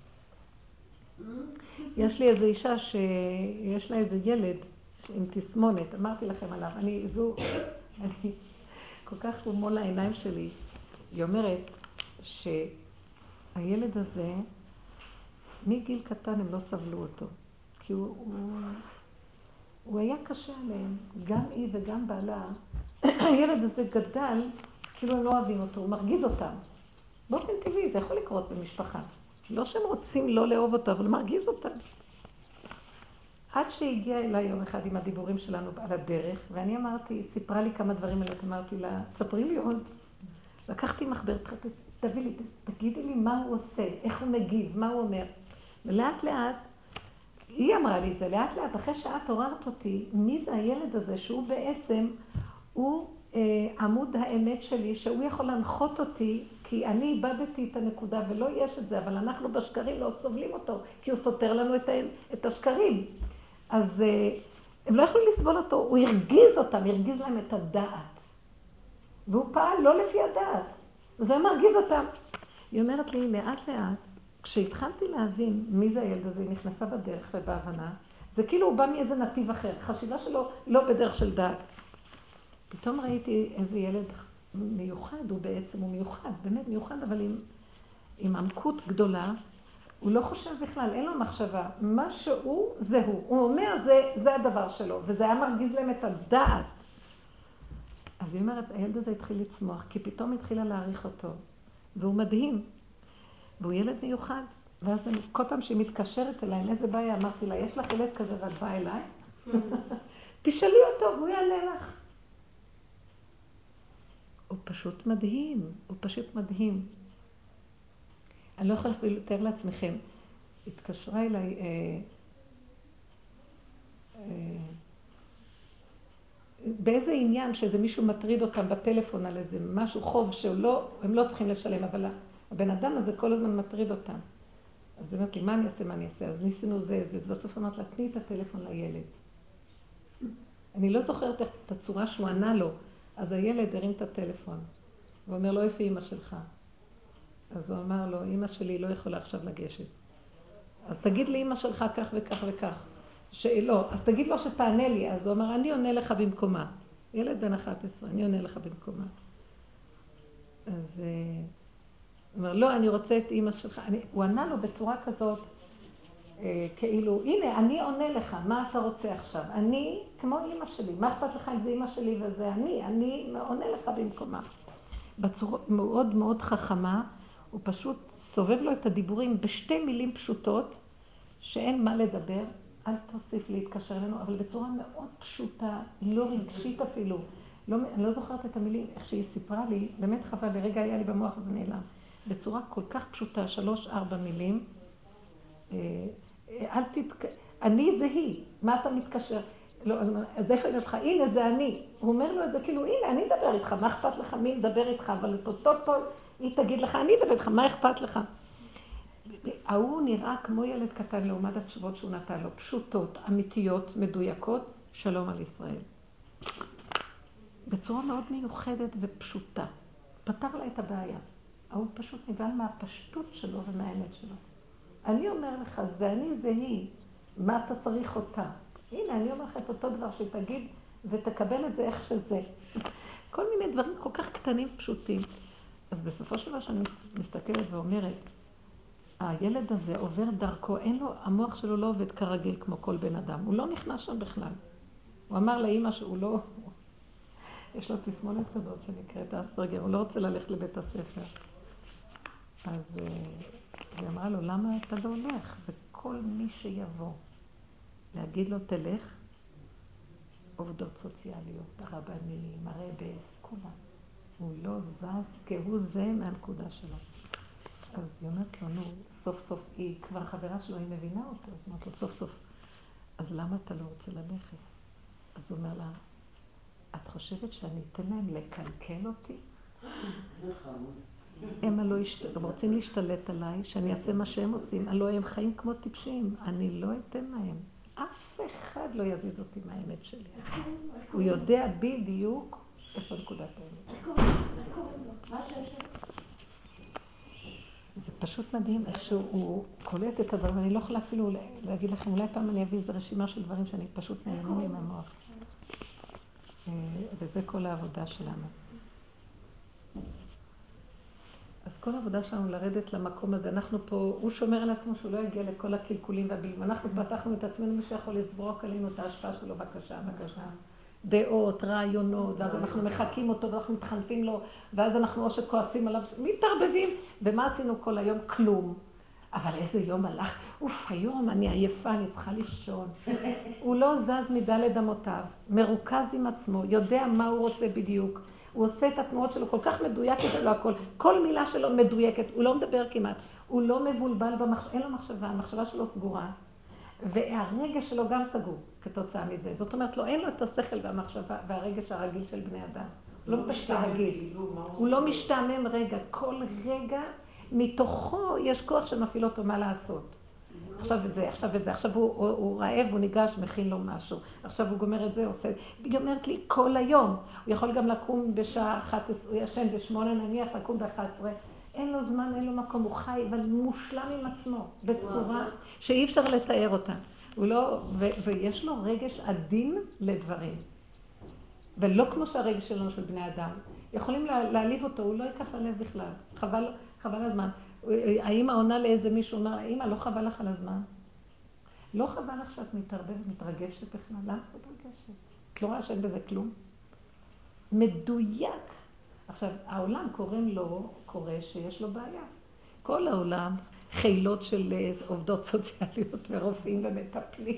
יש לי איזו אישה שיש לה איזה ילד עם תסמונת, אמרתי לכם עליו, אני, זו, אני כל כך מול העיניים שלי, היא אומרת שהילד הזה, מגיל קטן הם לא סבלו אותו, כי הוא, הוא, הוא היה קשה עליהם, גם היא וגם בעלה, הילד הזה גדל, כאילו הם לא אוהבים אותו, הוא מרגיז אותם. באופן טבעי, זה יכול לקרות במשפחה. לא שהם רוצים לא לאהוב אותו, אבל מרגיז אותם. עד שהגיע אליי יום אחד עם הדיבורים שלנו על הדרך, ואני אמרתי, סיפרה לי כמה דברים האלה, אמרתי לה, ספרי לי עוד. לקחתי מחבר, תביא לי, תגידי לי מה הוא עושה, איך הוא מגיב, מה הוא אומר. ולאט לאט, היא אמרה לי את זה, לאט לאט, אחרי שאת עוררת אותי, מי זה הילד הזה שהוא בעצם, הוא אה, עמוד האמת שלי, שהוא יכול להנחות אותי, כי אני איבדתי את הנקודה ולא יש את זה, אבל אנחנו בשקרים לא סובלים אותו, כי הוא סותר לנו את, ה, את השקרים. אז אה, הם לא יכולים לסבול אותו, הוא הרגיז אותם, הרגיז להם את הדעת. והוא פעל לא לפי הדעת, וזה מרגיז אותם. היא אומרת לי, לאט לאט, כשהתחלתי להבין מי זה הילד הזה, היא נכנסה בדרך ובהבנה, זה כאילו הוא בא מאיזה נתיב אחר, חשיבה שלו לא בדרך של דעת. פתאום ראיתי איזה ילד מיוחד, הוא בעצם, הוא מיוחד, באמת מיוחד, אבל עם, עם עמקות גדולה, הוא לא חושב בכלל, אין לו מחשבה. מה שהוא, זה הוא. הוא אומר, זה, זה הדבר שלו, וזה היה מרגיז להם את הדעת. אז היא אומרת, הילד הזה התחיל לצמוח, כי פתאום התחילה להעריך אותו, והוא מדהים. והוא ילד מיוחד, ואז אני, כל פעם שהיא מתקשרת אליי, איזה בעיה, אמרתי לה, יש לך ילד כזה ואת באה אליי? תשאלי אותו, הוא יענה לך. הוא פשוט מדהים, הוא פשוט מדהים. אני לא יכולה לתאר לעצמכם. התקשרה אליי, אה, אה, באיזה עניין שאיזה מישהו מטריד אותם בטלפון על איזה משהו, חוב שהם לא, לא צריכים לשלם, אבל הבן אדם הזה כל הזמן מטריד אותם. אז היא אומרת לי, מה אני אעשה, מה אני אעשה? אז ניסינו זה, זה, ובסוף אמרת לה, תני את הטלפון לילד. אני לא זוכרת את הצורה שהוא ענה לו, אז הילד הרים את הטלפון, הוא אומר לו, איפה אמא שלך? אז הוא אמר לו, אמא שלי לא יכולה עכשיו לגשת. אז תגיד לי אמא שלך כך וכך וכך. שלא, אז תגיד לו שתענה לי. אז הוא אמר, אני עונה לך במקומה. ילד בן אחת עשרה, אני עונה לך במקומה. אז הוא אומר, לא, אני רוצה את אמא שלך. אני, הוא ענה לו בצורה כזאת, אה, כאילו, הנה, אני עונה לך, מה אתה רוצה עכשיו? אני כמו אמא שלי, מה אכפת לך אם זה אמא שלי וזה אני? אני עונה לך במקומה. בצורה מאוד מאוד חכמה, הוא פשוט סובב לו את הדיבורים בשתי מילים פשוטות, שאין מה לדבר, אל תוסיף להתקשר אלינו, אבל בצורה מאוד פשוטה, לא רגשית אפילו. לא, אני לא זוכרת את המילים, איך שהיא סיפרה לי, באמת חבל, לרגע היה לי במוח וזה נעלם. בצורה כל כך פשוטה, שלוש, ארבע מילים, אל תתק... אני זה היא, מה אתה מתקשר? לא, אז איך אני לך, הנה זה אני. הוא אומר לו את זה כאילו, הנה אני אדבר איתך, מה אכפת לך, מי מדבר איתך, אבל את אותו פה היא תגיד לך, אני אדבר איתך, מה אכפת לך? הוא נראה כמו ילד קטן לעומת התשובות שהוא נתן לו, פשוטות, אמיתיות, מדויקות, שלום על ישראל. בצורה מאוד מיוחדת ופשוטה. פתר לה את הבעיה. הוא פשוט נבהל מהפשטות שלו ומהאמת שלו. אני אומר לך, זה אני, זה היא, מה אתה צריך אותה? הנה, אני אומר לך את אותו דבר שתגיד ותקבל את זה איך שזה. כל מיני דברים כל כך קטנים פשוטים. אז בסופו של דבר שאני מסתכלת ואומרת, הילד הזה עובר דרכו, אין לו, המוח שלו לא עובד כרגיל כמו כל בן אדם. הוא לא נכנס שם בכלל. הוא אמר לאמא שהוא לא, יש לו תסמונת כזאת שנקראת אספרגר, הוא לא רוצה ללכת לבית הספר. אז היא אמרה לו, למה אתה לא הולך? וכל מי שיבוא להגיד לו, תלך, עובדות סוציאליות, הרבנים, הרבס, כולם. הוא לא זז כהוא זה מהנקודה שלו. אז היא אומרת לו, נו, סוף סוף, היא כבר חברה שלו, היא מבינה אותו, אז אומרת לו, סוף סוף, אז למה אתה לא רוצה ללכת? אז הוא אומר לה, את חושבת שאני אתן להם לקלקל אותי? הם הלא ישת... רוצים להשתלט עליי, שאני אעשה מה שהם עושים, הלא הם חיים כמו טיפשים, אני לא אתן להם. אף אחד לא יזיז אותי מהאמת שלי. הוא יודע בדיוק איפה נקודת האמת. מה שם שם? זה פשוט מדהים איך שהוא קולט את הדברים, אני לא יכולה אפילו להגיד לכם, אולי פעם אני אביא איזו רשימה של דברים שאני פשוט נהנה עם המוח. וזה כל העבודה שלנו. אז כל העבודה שלנו לרדת למקום הזה, אנחנו פה, הוא שומר על עצמו שהוא לא יגיע לכל הקלקולים והבלבולים. אנחנו פתחנו את עצמנו, מי שיכול לזרוק עלינו את ההשפעה שלו, בבקשה, בבקשה. דעות, רעיונות, ואז אנחנו מחכים אותו ואנחנו מתחנפים לו, ואז אנחנו או שכועסים עליו, מתערבבים, ומה עשינו כל היום? כלום. אבל איזה יום הלך, אוף, היום אני עייפה, אני צריכה לישון. הוא לא זז מדלת אמותיו, מרוכז עם עצמו, יודע מה הוא רוצה בדיוק. הוא עושה את התנועות שלו כל כך מדויק אצלו הכל. כל מילה שלו מדויקת, הוא לא מדבר כמעט. הוא לא מבולבל, במח... אין לו מחשבה, המחשבה שלו סגורה. והרגש שלו גם סגור כתוצאה מזה. זאת אומרת, לא, אין לו את השכל והמחשבה והרגש הרגיל של בני אדם. הוא לא פשוט להגיד. הוא לא משתעמם רגע. כל רגע מתוכו יש כוח שמפעיל אותו מה לעשות. עכשיו את זה, עכשיו את זה. עכשיו הוא, הוא, הוא רעב, הוא ניגש, מכין לו משהו. עכשיו הוא גומר את זה, עושה. היא אומרת לי כל היום. הוא יכול גם לקום בשעה אחת עשרה, הוא ישן בשמונה נניח, לקום באחת עשרה. אין לו זמן, אין לו מקום, הוא חי, אבל מושלם עם עצמו, בצורה שאי אפשר לתאר אותה. הוא לא, ו, ויש לו רגש עדין לדברים. ולא כמו שהרגש שלנו של בני אדם. יכולים לה, להעליב אותו, הוא לא ייקח ללב בכלל. חבל, חבל הזמן. האמא עונה לאיזה מישהו, אומר, האמא, לא חבל לך על הזמן? לא חבל לך שאת מתערבבת, מתרגשת בכלל? למה את מתרגשת? את לא רואה שאין בזה כלום? מדויק. עכשיו, העולם קוראים לו, קורא שיש לו בעיה. כל העולם, חילות של עובדות סוציאליות ורופאים ומטפלים.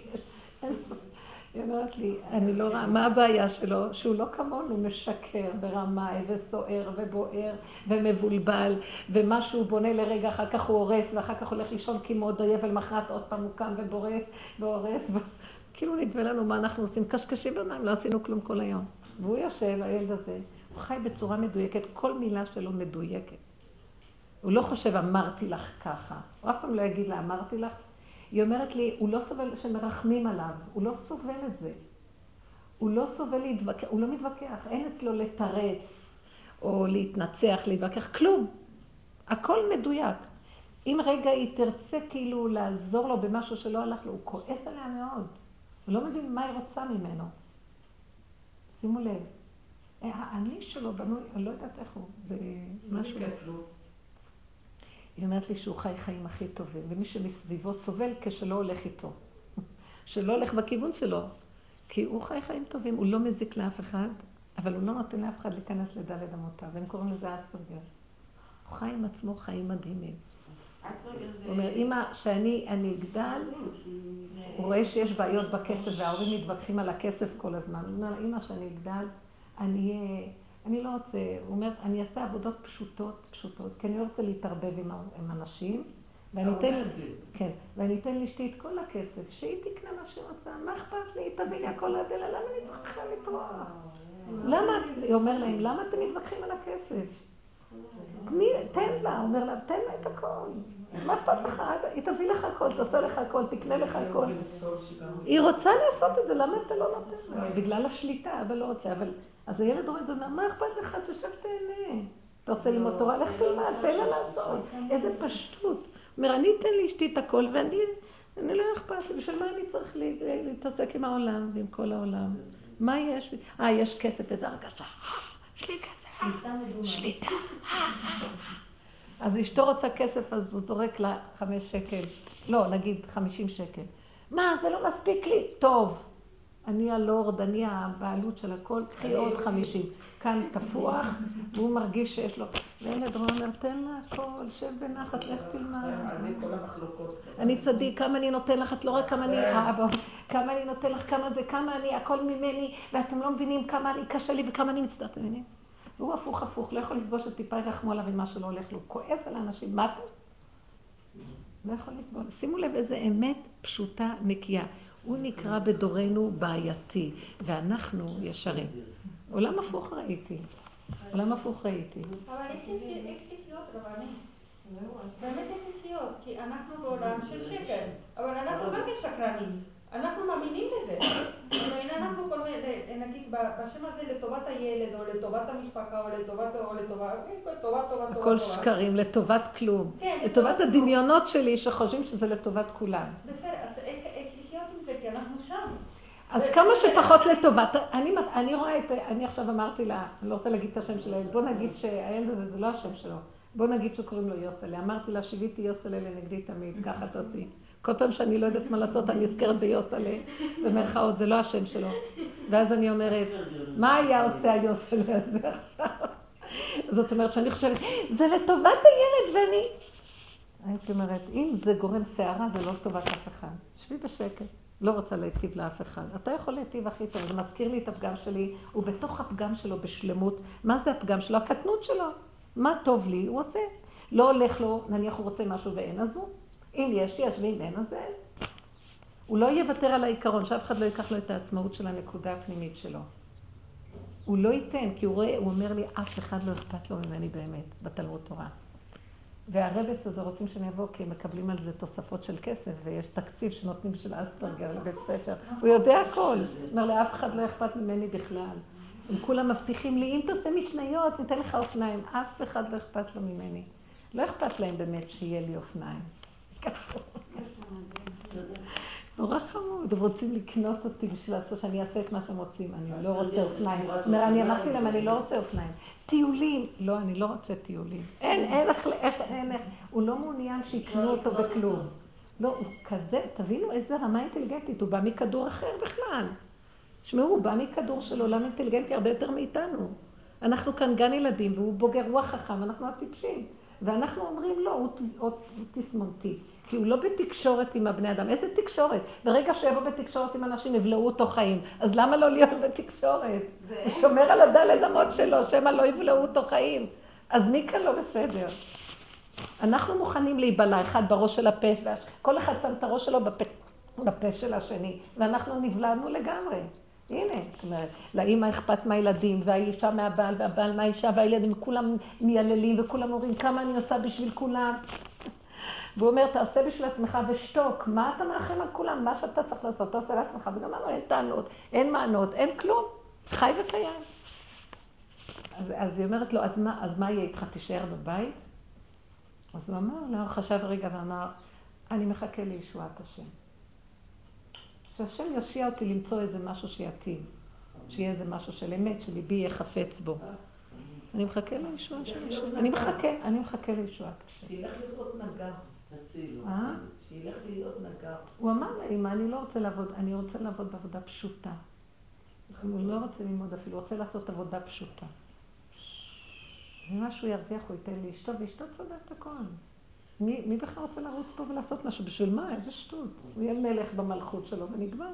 היא אומרת לי, אני לא רואה, מה הבעיה שלו? שהוא לא כמונו, משקר ברמאי וסוער ובוער ומבולבל, ומה שהוא בונה לרגע, אחר כך הוא הורס, ואחר כך הולך לישון כי מאוד עייף, ולמחרת עוד פעם הוא קם ובורט והורס. כאילו נדמה לנו מה אנחנו עושים, קשקשים במים, לא עשינו כלום כל היום. והוא יושב, הילד הזה, הוא חי בצורה מדויקת, כל מילה שלו מדויקת. הוא לא חושב, אמרתי לך ככה. הוא אף פעם לא יגיד לה, אמרתי לך. היא אומרת לי, הוא לא סובל שמרחמים עליו, הוא לא סובל את זה. הוא לא סובל להתווכח, הוא לא מתווכח, אין אצלו לתרץ או להתנצח, להתווכח, כלום. הכל מדויק. אם רגע היא תרצה כאילו לעזור לו במשהו שלא הלך לו, הוא כועס עליה מאוד. הוא לא מבין מה היא רוצה ממנו. שימו לב. האני שלו בנוי, אני לא יודעת איך הוא, זה משהו. היא אומרת לי שהוא חי חיים הכי טובים, ומי שמסביבו סובל כשלא הולך איתו. שלא הולך בכיוון שלו. כי הוא חי חיים טובים, הוא לא מזיק לאף אחד, אבל הוא לא נותן לאף אחד להיכנס לדלת אמותיו, והם קוראים לזה אספרגר. הוא חי עם עצמו חיים מדהימים. הוא אומר, אמא, שאני אני אגדל, הוא רואה שיש בעיות בכסף, וההורים מתווכחים על הכסף כל הזמן. הוא אומר, אמא, שאני אגדל, אני... אני לא רוצה, הוא אומר, אני אעשה עבודות פשוטות, פשוטות, כי אני לא רוצה להתערבב עם, עם אנשים, ואני אתן, כן, ואני אתן לאשתי את כל הכסף, שהיא תקנה מה שרוצה, מה אכפת לי, תביא לי הכל לדלה, למה אני צריכה לטרוח? למה, היא אומר להם, למה אתם מתווכחים על הכסף? תני, תן לה, אומר לה, תן לה את הכל. מה אכפת לך? היא תביא לך הכל, תעשה לך הכל, תקנה לך הכל. היא רוצה לעשות את זה, למה אתה לא נותן לה? בגלל השליטה, אבל לא רוצה, אבל... אז הילד רואה את זה, מה אכפת לך? תשב תהנה. אתה רוצה ללמוד תורה? לך תלמד, תן לה לעשות. איזה פשטות. אומר, אני אתן לאשתי את הכל, ואני אני לא אכפת לי. בשביל מה אני צריך להתעסק עם העולם ועם כל העולם? מה יש? אה, יש כסף, איזה הרגשה. יש לי כסף. שליטה. אז אשתו רוצה כסף, אז הוא זורק לה חמש שקל. לא, נגיד חמישים שקל. מה, זה לא מספיק לי? טוב. אני הלורד, אני הבעלות של הכל, קחי עוד חמישים. כאן תפוח, והוא מרגיש שיש לו, וילד רואה אומר, תן לה הכל, שב בנחת, לך תלמד. אז זה כל המחלוקות. אני צדיק, כמה אני נותן לך, את לא רואה כמה אני, האבא, כמה אני נותן לך, כמה זה, כמה אני, הכל ממני, ואתם לא מבינים כמה אני, קשה לי וכמה אני מצטערת, מבינים? והוא הפוך הפוך, לא יכול לסבול שטיפה ירחמו עליו עם מה שלא הולך לו, כועס על האנשים, מה אתה? לא יכול לסבול. שימו לב איזה אמת פשוטה, נקייה. הוא נקרא בדורנו בעייתי, ואנחנו ישרים. עולם הפוך ראיתי. עולם הפוך ראיתי. אבל איך לחיות רבנים? באמת איך לחיות? כי אנחנו בעולם של שקר, אבל אנחנו גם שקרנים. אנחנו מאמינים בזה. אנחנו כל מיני, נגיד בשם הזה לטובת הילד, או לטובת המשפחה, או לטובת, או לטובת, טובת, טובת, הכל שקרים, לטובת כלום. לטובת הדמיונות שלי שחושבים שזה לטובת כולם. בסדר, אז איך לחיות עם זה? כי אנחנו שם. אז כמה שפחות לטובת, אני, אני רואה את, אני עכשיו אמרתי לה, אני לא רוצה להגיד את השם של הילד, בוא נגיד שהילד הזה זה לא השם שלו, בוא נגיד שקוראים לו יוסלה, אמרתי לה שיוויתי יוסלה לנגדי תמיד, ככה תעשי. כל פעם שאני לא יודעת מה לעשות, אני נזכרת ביוסלה, במרכאות, זה לא השם שלו. ואז אני אומרת, מה היה עושה היוסלה הזה עכשיו? זאת אומרת שאני חושבת, זה לטובת הילד ואני... הייתי אומרת, אם זה גורם שערה, זה לא לטובת אף אחד. שבי בשקט. לא רוצה להיטיב לאף אחד. אתה יכול להיטיב הכי טוב, זה מזכיר לי את הפגם שלי, הוא בתוך הפגם שלו בשלמות. מה זה הפגם שלו? הקטנות שלו. מה טוב לי, הוא עושה. לא הולך לו, נניח הוא רוצה משהו ואין, אז הוא. אם יש, יש, ואם אין, אז אין. הוא לא יוותר על העיקרון, שאף אחד לא ייקח לו את העצמאות של הנקודה הפנימית שלו. הוא לא ייתן, כי הוא רואה, הוא אומר לי, אף אחד לא אכפת לו ממני באמת, בתלמוד תורה. והרבס הזה רוצים שאני אבוא, כי הם מקבלים על זה תוספות של כסף, ויש תקציב שנותנים של אספרגר לבית ספר. הוא יודע הכל. הוא אומר לי, אף אחד לא אכפת ממני בכלל. הם כולם מבטיחים לי, אם תעשה משניות, ניתן לך אופניים. אף אחד לא אכפת לו ממני. לא אכפת להם באמת שיהיה לי אופניים. נורא חמוד, הם רוצים לקנות אותי בשביל לעשות שאני אעשה את מה שהם רוצים. אני לא רוצה אופניים. אני אמרתי להם, אני לא רוצה אופניים. טיולים. לא, אני לא רוצה טיולים. אין, אין, איך, אין, איך. הוא לא מעוניין שיקנו אותו בכלום. לא, הוא כזה, תבינו איזה רמה אינטליגנטית, הוא בא מכדור אחר בכלל. תשמעו, הוא בא מכדור של עולם אינטליגנטי הרבה יותר מאיתנו. אנחנו כאן גן ילדים, והוא בוגר רוח חכם, אנחנו הטיפשים. ואנחנו אומרים לו, הוא, הוא, הוא תסמונתי. כי הוא לא בתקשורת עם הבני אדם. איזה תקשורת? ברגע שיבוא בתקשורת עם אנשים, יבלעו אותו חיים. אז למה לא להיות בתקשורת? הוא שומר על הדלת אמות שלו, שמה לא יבלעו אותו חיים. אז מי כאן לא בסדר? אנחנו מוכנים להיבלע אחד בראש של הפה, כל אחד שם את הראש שלו בפה, בפה של השני, ואנחנו נבלענו לגמרי. הנה, זאת אומרת, לאמא אכפת מהילדים, והאישה מהבעל, והבעל מהאישה, והילדים כולם מייללים, וכולם אומרים כמה אני עושה בשביל כולם. והוא אומר, תעשה בשביל עצמך ושתוק, מה אתה מאחל על כולם? מה שאתה צריך לעשות, אתה עושה לעצמך, וגם לנו אין טענות, אין מענות, אין כלום, חי וקיים. אז, אז היא אומרת לו, אז מה, אז מה יהיה איתך, תישאר בבית? אז הוא אמר, לא, חשב רגע ואמר, אני מחכה לישועת השם. שהשם יושיע אותי למצוא איזה משהו שיתאים, שיהיה איזה משהו של אמת, שליבי יהיה חפץ בו. אני מחכה לישועת השם, אני מחכה, אני מחכה לישועת השם. שילך להיות נגר. אה? שילך להיות נגר. הוא אמר לה, אמא, אני לא רוצה לעבוד, אני רוצה לעבוד בעבודה פשוטה. הוא לא רוצה ללמוד אפילו, הוא רוצה לעשות עבודה פשוטה. ומה שהוא ירוויח, הוא ייתן לאשתו, ואשתו צודקת הכל. מי, מי בכלל רוצה לרוץ פה ולעשות משהו? בשביל מה? איזה שטות. הוא יהיה מלך במלכות שלו ונגמר.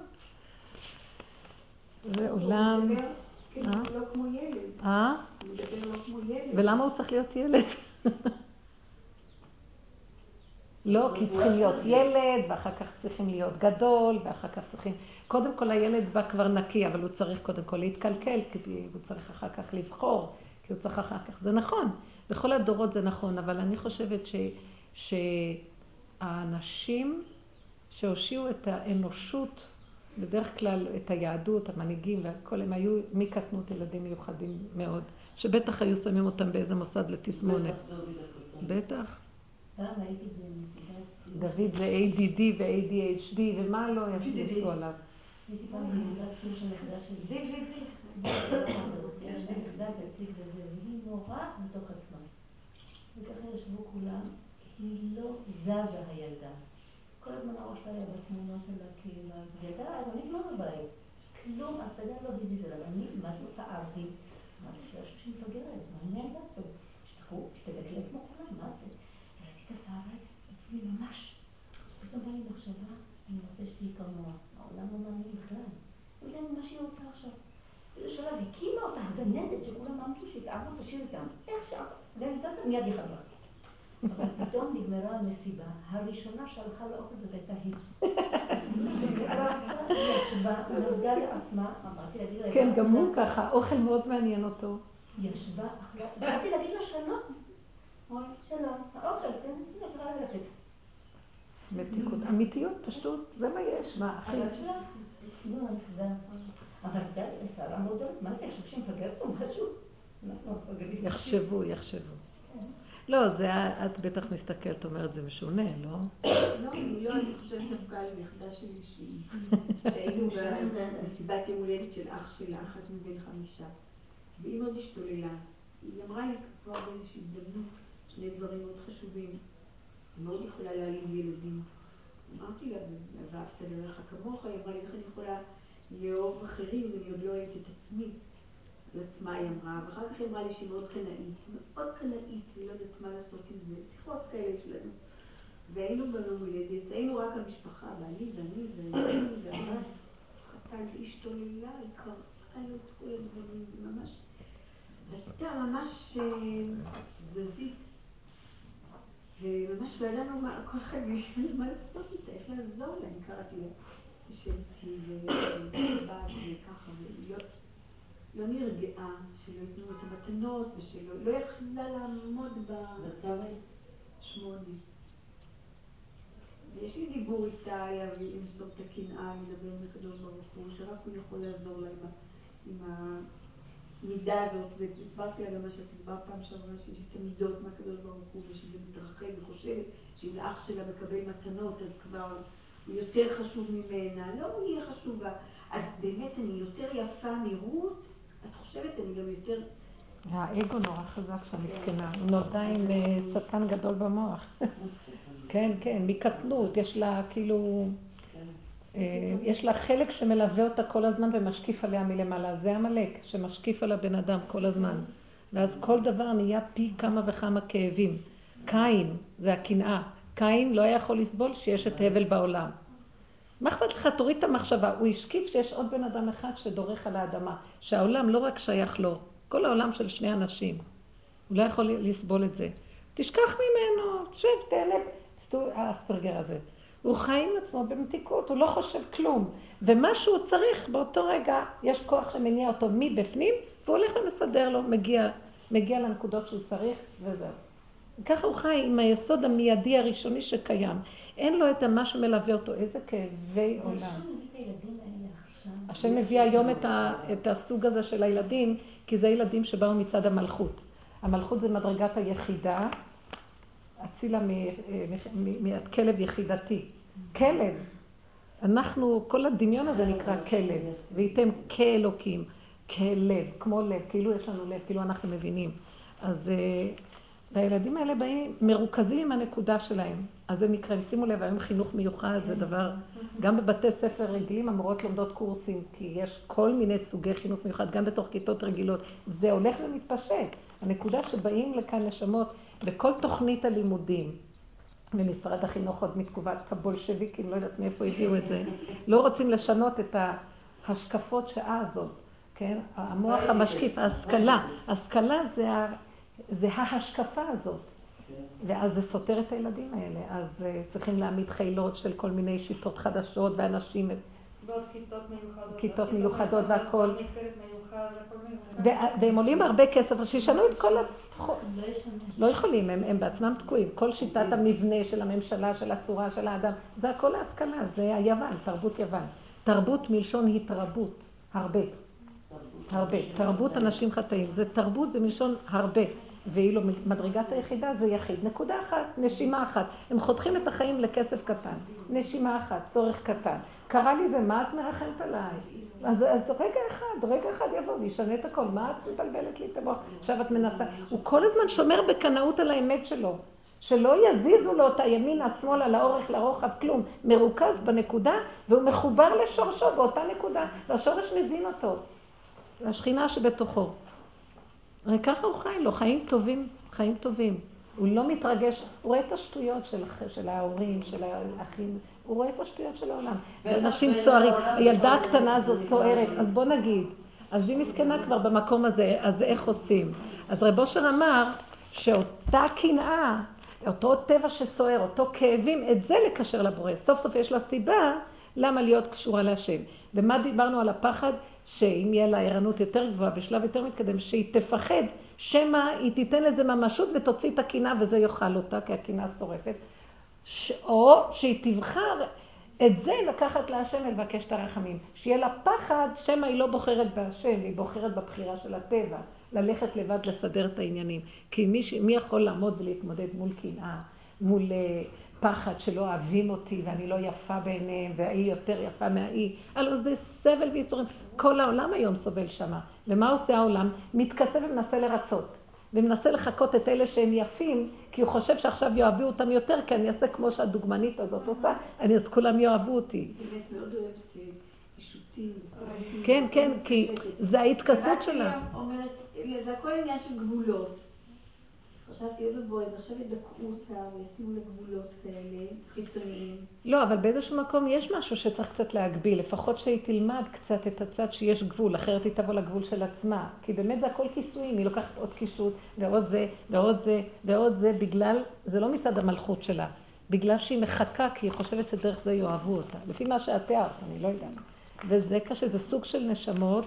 זה עולם... הוא מדבר לא כמו ילד. אה? הוא מדבר לא כמו ילד. ולמה הוא צריך להיות ילד? לא, כי צריכים להיות ילד, ואחר כך צריכים להיות גדול, ואחר כך צריכים... קודם כל הילד בא כבר נקי, אבל הוא צריך קודם כל להתקלקל, כי הוא צריך אחר כך לבחור, כי הוא צריך אחר כך. זה נכון, בכל הדורות זה נכון, אבל אני חושבת ש... שהאנשים שהושיעו את האנושות, בדרך כלל את היהדות, המנהיגים והכל, הם היו מקטנות ילדים מיוחדים מאוד, שבטח היו שמים אותם באיזה מוסד לתסמונת. בטח. דוד זה איי די די ו-איי די אייץ' די, ומה לא ישליסו עליו? הייתי פעם במקלט סוג של נכדה של די וי די. יש לי נכדה תציג לזה, והיא נורא מתוך עצמה. וככה ישבו כולם, היא לא זזה הילדה. כל הזמן הראש שלה היה בתמונות שלה, כאילו, ידעה, אבל אני לא בבית. כלום, הצגה לא הזיזה לה. אני, מה זה סערתי? מה זה שלה שהיא מתבגרת? מה אני הילדה טוב? הוא תדקלק כמו כולם, מה זה? ראיתי את הסערה הזאת, היא ממש. פתאום בא לי מחשבה, אני רוצה שתהי כמוה. העולם לא מאמין בכלל. הוא יודע מה שהיא רוצה עכשיו. איזה שלב הקימה אותה, הגנדת שכולם אמרו שהתאהבו תשאיר איתם. איך שם? והמצאת מיד היא חזרה. אבל פתאום נגמרה המסיבה, הראשונה שהלכה לאוכל זאת הייתה היא. היא ישבה, נזגה לעצמה, אמרתי להגיד לה... כן, גם הוא ככה, אוכל מאוד מעניין אותו. ישבה, באתי להגיד לה שלום. אוי, שלום, האוכל, כן, הנה, אפשר ללכת. מתיקות, אמיתיות, פשוט, זה מה יש, מה, אחי? אבל שלך, לא, זה... אבל די, סערה מאוד דורת, מה זה, יחשוב שמפגרת או משהו? יחשבו, יחשבו. לא, זה את בטח מסתכלת, אומרת, זה משונה, לא? לא, לא, אני חושבת דווקא על נכדה שלי, שהיינו במסיבת יום הולדת של אח שלה, אחת מבין חמישה. והיא מאוד השתוללה. היא אמרה לי כבר באיזושהי הזדמנות שני דברים מאוד חשובים. היא מאוד יכולה להעלים ילדים. אמרתי לה, ואהבת לרעך כמוך, היא אמרה לי, איך אני יכולה לאהוב אחרים ואני עוד לא אוהבת את עצמי. על עצמה היא אמרה, ואחר כך היא אמרה לי שהיא מאוד קנאית, מאוד קנאית, והיא לא יודעת מה לעשות עם זה, שיחות כאלה שלנו. והיינו ביום הולדת, היינו רק המשפחה, בעלי ואני ואני והבת, חתן להשתוללה, היא קראה לו את כל הדברים, ממש, הייתה ממש זזית, וממש לא ידענו מה, כל אחד יש מה לעשות איתה, איך לעזור לה, אני קראתי לה, ישבתי ובאת וככה, ולהיות לא נרגעה, שלא יתנו את המתנות ושלא לא יכלה לעמוד בשמונה. ויש לי דיבור איתה, למסור את הקנאה, לדבר עם הקדוש ברוך הוא, שרק הוא יכול לעזור לה עם המידה הזאת, והסברתי לה גם מה שאת הסברת פעם שעברה, שיש את המידות מהקדוש ברוך הוא, ושזה מתרחב וחושבת שאם לאח שלה מקבל מתנות, אז כבר הוא יותר חשוב ממנה, לא הוא יהיה חשובה. אז באמת אני יותר יפה מרות, את חושבת, אני גם יותר... האגו נורא חזק שם, מסכנה. הוא נולדה עם שטן גדול במוח. כן, כן, מקטנות. יש לה כאילו... יש לה חלק שמלווה אותה כל הזמן ומשקיף עליה מלמעלה. זה המלאק שמשקיף על הבן אדם כל הזמן. ואז כל דבר נהיה פי כמה וכמה כאבים. קין, זה הקנאה. קין לא היה יכול לסבול שיש את הבל בעולם. מה אכפת לך? תוריד את המחשבה. הוא השקיף שיש עוד בן אדם אחד שדורך על האדמה. שהעולם לא רק שייך לו, כל העולם של שני אנשים. הוא לא יכול לסבול את זה. תשכח ממנו, שב, תהנה. האספרגר הזה. הוא חי עם עצמו במתיקות, הוא לא חושב כלום. ומה שהוא צריך באותו רגע, יש כוח שמניע אותו מבפנים, והוא הולך ומסדר לו, מגיע, מגיע לנקודות שהוא צריך, וזהו. ככה הוא חי עם היסוד המיידי הראשוני שקיים. אין לו את מה שמלווה אותו, איזה כאבי עולם. השם מביא היום את, ה, את הסוג הזה של הילדים, כי זה ילדים שבאו מצד המלכות. המלכות זה מדרגת היחידה, הצילה מכלב יחידתי. כלב. אנחנו, כל הדמיון הזה נקרא כלב, וייתם כאלוקים, כלב, כמו לב, כאילו יש לנו לב, כאילו אנחנו מבינים. אז והילדים האלה באים מרוכזים עם הנקודה שלהם. אז זה נקרא, שימו לב, היום חינוך מיוחד זה דבר, גם בבתי ספר רגילים המורות לומדות קורסים, כי יש כל מיני סוגי חינוך מיוחד, גם בתוך כיתות רגילות. זה הולך ומתפשט. הנקודה שבאים לכאן נשמות בכל תוכנית הלימודים, ומשרד החינוך עוד מתקובת הבולשביקים, לא יודעת מאיפה הביאו את זה, לא רוצים לשנות את ההשקפות שעה הזאת, כן? המוח המשקיף, ההשכלה. ההשכלה זה, ה... זה ההשקפה הזאת. ואז זה סותר את הילדים האלה. אז צריכים להעמיד חילות של כל מיני שיטות חדשות ואנשים... ועוד כיתות מיוחדות. כיתות מיוחדות והכל. והם עולים הרבה כסף, אז שישנו את כל התחום. לא יכולים, הם, הם בעצמם תקועים. כל שיטת המבנה של הממשלה, של הצורה של האדם, זה הכל ההשכלה, זה היוון, תרבות יוון. תרבות מלשון התרבות, הרבה. הרבה. תרבות אנשים חטאים, זה תרבות, זה מלשון הרבה. ואילו מדרגת היחידה זה יחיד. נקודה אחת, נשימה אחת. הם חותכים את החיים לכסף קטן. נשימה אחת, צורך קטן. קרה לי זה, מה את מרחמת עליי? אז, אז רגע אחד, רגע אחד יבוא וישנה את הכל. מה את מבלבלת לי את המוח? עכשיו את מנסה. הוא כל הזמן שומר בקנאות על האמת שלו. שלא יזיזו לו את הימין, השמאל, על האורך, לרוחב, כלום. מרוכז בנקודה, והוא מחובר לשורשו באותה נקודה. והשורש מזין אותו. השכינה שבתוכו. הרי ככה הוא חי לו, חיים טובים, חיים טובים. הוא לא מתרגש, הוא רואה את השטויות של, של ההורים, של האחים, הוא רואה את השטויות של העולם. ואנשים סוערים, הילדה הקטנה הזאת סוערת, אז בוא נגיד, אז היא מסכנה כבר במקום הזה, אז איך עושים? אז רב אושר אמר שאותה קנאה, אותו טבע שסוער, אותו כאבים, את זה לקשר לבורא. סוף סוף יש לה סיבה למה להיות קשורה להשם. ומה דיברנו על הפחד? שאם יהיה לה ערנות יותר גבוהה, בשלב יותר מתקדם, שהיא תפחד, שמה היא תיתן לזה ממשות ותוציא את הקנאה וזה יאכל אותה, כי הקנאה שורפת. ש... או שהיא תבחר את זה לקחת להשם ולבקש את הרחמים. שיהיה לה פחד, שמה היא לא בוחרת בהשם, היא בוחרת בבחירה של הטבע. ללכת לבד לסדר את העניינים. כי מי, מי יכול לעמוד ולהתמודד מול קנאה, מול פחד שלא אוהבים אותי ואני לא יפה בעיניהם והיא יותר יפה מהאי. הלוא זה סבל וייסורים. כל העולם היום סובל שמה. ומה עושה העולם? מתכסה ומנסה לרצות. ומנסה לחכות את אלה שהם יפים, כי הוא חושב שעכשיו יאהבו אותם יותר, כי אני אעשה כמו שהדוגמנית הזאת עושה, אני אז כולם יאהבו אותי. באמת מאוד אוהבת אישוטים. כן, כן, כי זה ההתכסות שלה. אומרת, זה הכל עניין של גבולות. חשבתי עוד בבוא, אז עכשיו ידקו אותה וישימו לגבולות כאלה, חיצוניים. לא, אבל באיזשהו מקום יש משהו שצריך קצת להגביל, לפחות שהיא תלמד קצת את הצד שיש גבול, אחרת היא תבוא לגבול של עצמה. כי באמת זה הכל כיסויים, היא לוקחת עוד קישוט ועוד זה ועוד זה ועוד זה, בגלל, זה לא מצד המלכות שלה, בגלל שהיא מחכה, כי היא חושבת שדרך זה יאהבו אותה. לפי מה שאת תיארת, אני לא יודעת. וזה קשה, זה סוג של נשמות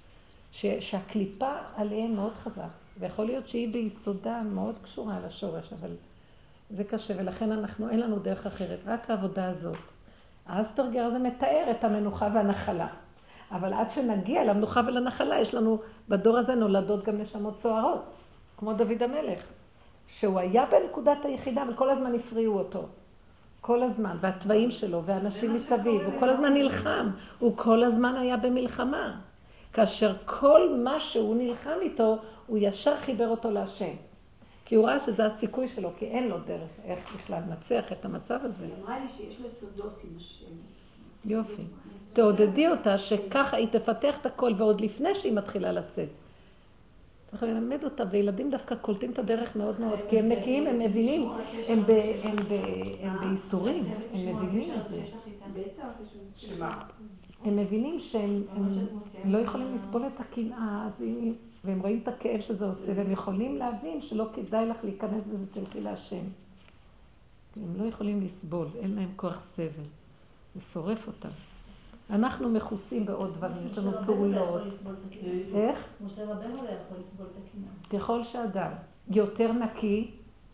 ש, שהקליפה עליהן מאוד חזק. ויכול להיות שהיא ביסודה מאוד קשורה על השורש, אבל זה קשה, ולכן אנחנו, אין לנו דרך אחרת, רק העבודה הזאת. האספרגר הזה מתאר את המנוחה והנחלה. אבל עד שנגיע למנוחה ולנחלה, יש לנו, בדור הזה נולדות גם נשמות סוערות, כמו דוד המלך, שהוא היה בנקודת היחידה, אבל כל הזמן הפריעו אותו. כל הזמן, והטבעים שלו, והאנשים מסביב, הוא כל הזמן נלחם, הוא כל הזמן היה במלחמה. כאשר כל מה שהוא נלחם איתו, הוא ישר חיבר אותו להשם. כי הוא ראה שזה הסיכוי שלו, כי אין לו דרך איך בכלל לנצח את המצב הזה. היא אמרה לי שיש לה סודות עם השם. יופי. תעודדי אותה שככה היא תפתח את הכל, ועוד לפני שהיא מתחילה לצאת. צריך ללמד אותה, וילדים דווקא קולטים את הדרך מאוד מאוד, כי הם נקיים, הם מבינים, הם בייסורים, הם מבינים את זה. הם מבינים שהם לא יכולים לסבול את הקנאה, והם רואים את הכאב שזה עושה, והם יכולים להבין שלא כדאי לך להיכנס בזה, תלכי להשם. הם לא יכולים לסבול, אין להם כוח סבל, זה שורף אותם. אנחנו מכוסים בעוד דברים, יש לנו פעולות. איך? משה רבנו לא יכול לסבול את הקנאה. ככל שאדם יותר נקי,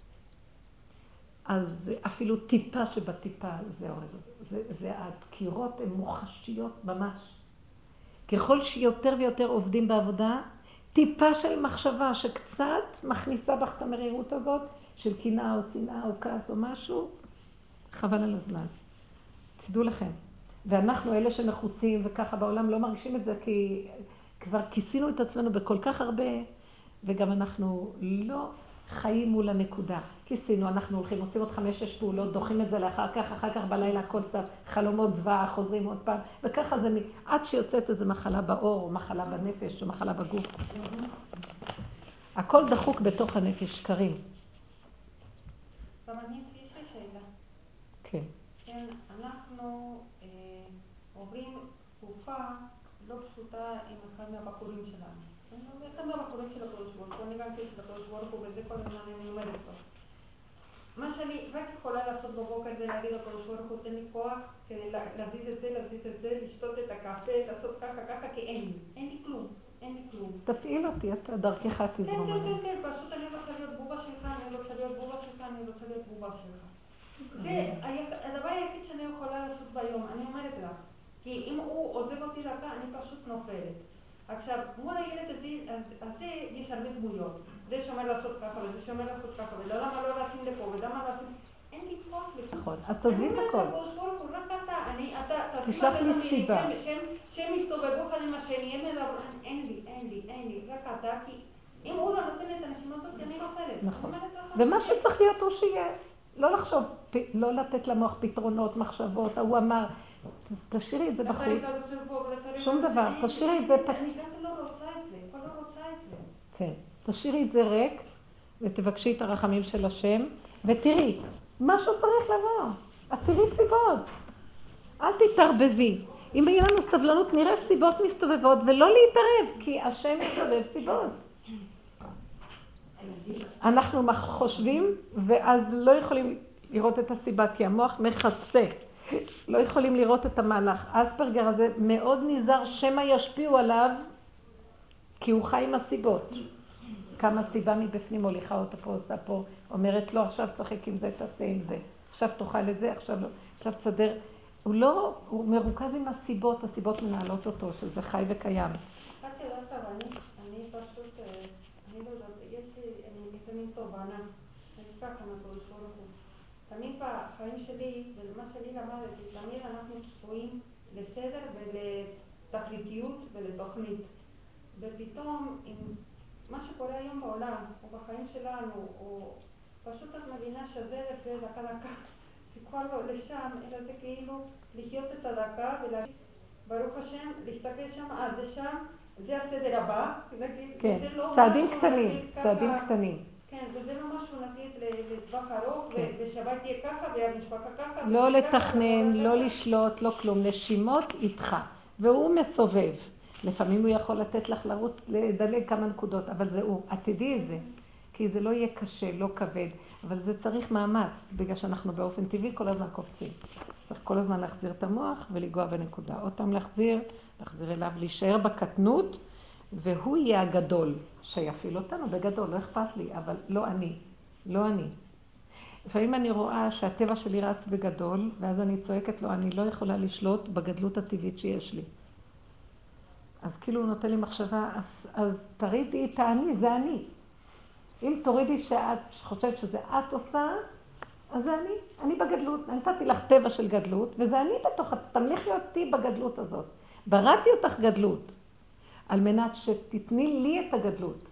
אז אפילו טיפה שבטיפה זה הורג. זה, זה הדקירות הן מוחשיות ממש. ככל שיותר ויותר עובדים בעבודה, טיפה של מחשבה שקצת מכניסה בך את המרירות הזאת, של קנאה או שנאה או כעס או משהו, חבל על הזמן. תדעו לכם. ואנחנו אלה שמכוסים וככה בעולם לא מרגישים את זה, כי כבר כיסינו את עצמנו בכל כך הרבה, וגם אנחנו לא חיים מול הנקודה. כיסינו, אנחנו הולכים, עושים עוד חמש, שש פעולות, דוחים את זה לאחר כך, אחר כך בלילה הכל קצת חלומות זוועה, חוזרים עוד פעם, וככה זה עד שיוצאת איזו מחלה באור, או מחלה בנפש, או מחלה בגוף. הכל דחוק בתוך הנפש, שקרים. גם אני יש לי שאלה. כן. כן, אנחנו אה, עוברים תקופה לא פשוטה עם אחד מהבחורים שלנו. אחד מהבחורים של הקדוש ברוך הוא, אני גם כן של הקדוש ברוך הוא, וזה כל הזמן אני אומרת לו. מה שאני רק יכולה לעשות בבוקר זה להגיד לקדוש ברוך הוא, תן לי כוח כדי להזיז את זה, להזיז את זה, לשתות את הקפה, לעשות ככה ככה, כי אין לי, אין לי כלום, אין לי כלום. תפעיל אותי, אתה דרכך תזרום. כן, כן, כן, פשוט אני רוצה להיות בובה שלך, אני רוצה להיות בובה שלך, אני רוצה להיות בובה שלך. זה הדבר היחיד שאני יכולה לעשות ביום, אני אומרת לך. כי אם הוא עוזב אותי דקה, אני פשוט נופלת. עכשיו, מול הילד הזה יש הרבה דמויות. זה שאומר לעשות ככה, וזה שאומר לעשות ככה, ולמה לא רצים לפה, ולמה לא רצים... אין לי כוח לפה. נכון, אז תזמין את הכל. אני אומרת לבוס, רק אתה, אני, אתה, תשלח לי סיבה. שהם יסתובבו כאן עם השני, הם מדברים, אין לי, אין לי, אין לי, רק אתה, כי אם הוא לא נותן את הנשימה הזאת, אני נופלת. נכון. ומה שצריך להיות הוא שיהיה. לא לחשוב, לא לתת למוח פתרונות, מחשבות, הוא אמר, תשאירי את זה בחוץ. שום דבר, תשאירי את זה. אני גם לא רוצה את זה, אני לא רוצה את זה. כן. תשאירי את זה ריק, ותבקשי את הרחמים של השם, ותראי, משהו צריך לבוא. את תראי סיבות. אל תתערבבי. אם יהיה לנו סבלנות, נראה סיבות מסתובבות, ולא להתערב, כי השם מסתובב סיבות. אנחנו חושבים, ואז לא יכולים לראות את הסיבה, כי המוח מכסה. לא יכולים לראות את המהלך. אספרגר הזה מאוד נזהר שמא ישפיעו עליו, כי הוא חי עם הסיבות. כמה סיבה מבפנים הוליכה אותו פה, עושה פה, אומרת לו, עכשיו צחק עם זה, תעשה עם זה. עכשיו תאכל את זה, עכשיו לא, עכשיו תסדר. הוא לא, הוא מרוכז עם הסיבות, הסיבות מנהלות אותו, שזה חי וקיים. את יודעת, אבל אני, אני פשוט, אני לא יודעת, יש לי, אני לפעמים תובנה, אני ככה נקרא לשאול אותו. תמיד בחיים שלי, ומה שלי למדתי, תמיד אנחנו צפויים לסדר ולתכליתיות ולתוכנית. ופתאום, עם מה שקורה היום בעולם, או בחיים שלנו, או פשוט את מבינה שזה זה דקה דקה, זה כבר לא לשם, אלא זה כאילו לחיות את הדקה ולהגיד, ברוך השם, להסתכל שם, אה, זה שם, זה הסדר הבא, להגיד, כן, זה לא צעדים משהו, קטנים, נגיד, צעדים ככה, קטנים. כן, וזה לא משהו נגיד לטווח ארוך, כן. ושבת תהיה ככה, והמשפחה ככה. לא וככה, לתכנן, וככה. לא לשלוט, לא כלום, נשימות איתך. והוא מסובב. לפעמים הוא יכול לתת לך לרוץ, לדלג כמה נקודות, אבל זה הוא. את תדעי את זה. כי זה לא יהיה קשה, לא כבד, אבל זה צריך מאמץ, בגלל שאנחנו באופן טבעי כל הזמן קופצים. צריך כל הזמן להחזיר את המוח ולגוע בנקודה. עוד פעם להחזיר, להחזיר אליו, להישאר בקטנות, והוא יהיה הגדול שיפעיל אותנו בגדול, לא אכפת לי, אבל לא אני, לא אני. לפעמים אני רואה שהטבע שלי רץ בגדול, ואז אני צועקת לו, אני לא יכולה לשלוט בגדלות הטבעית שיש לי. אז כאילו הוא נותן לי מחשבה, אז, אז תרידי את האני, זה אני. אם תורידי שאת חושבת שזה את עושה, אז זה אני, אני בגדלות. נתתי לך טבע של גדלות, וזה אני בתוך, תמליכי אותי בגדלות הזאת. בראתי אותך גדלות, על מנת שתתני לי את הגדלות.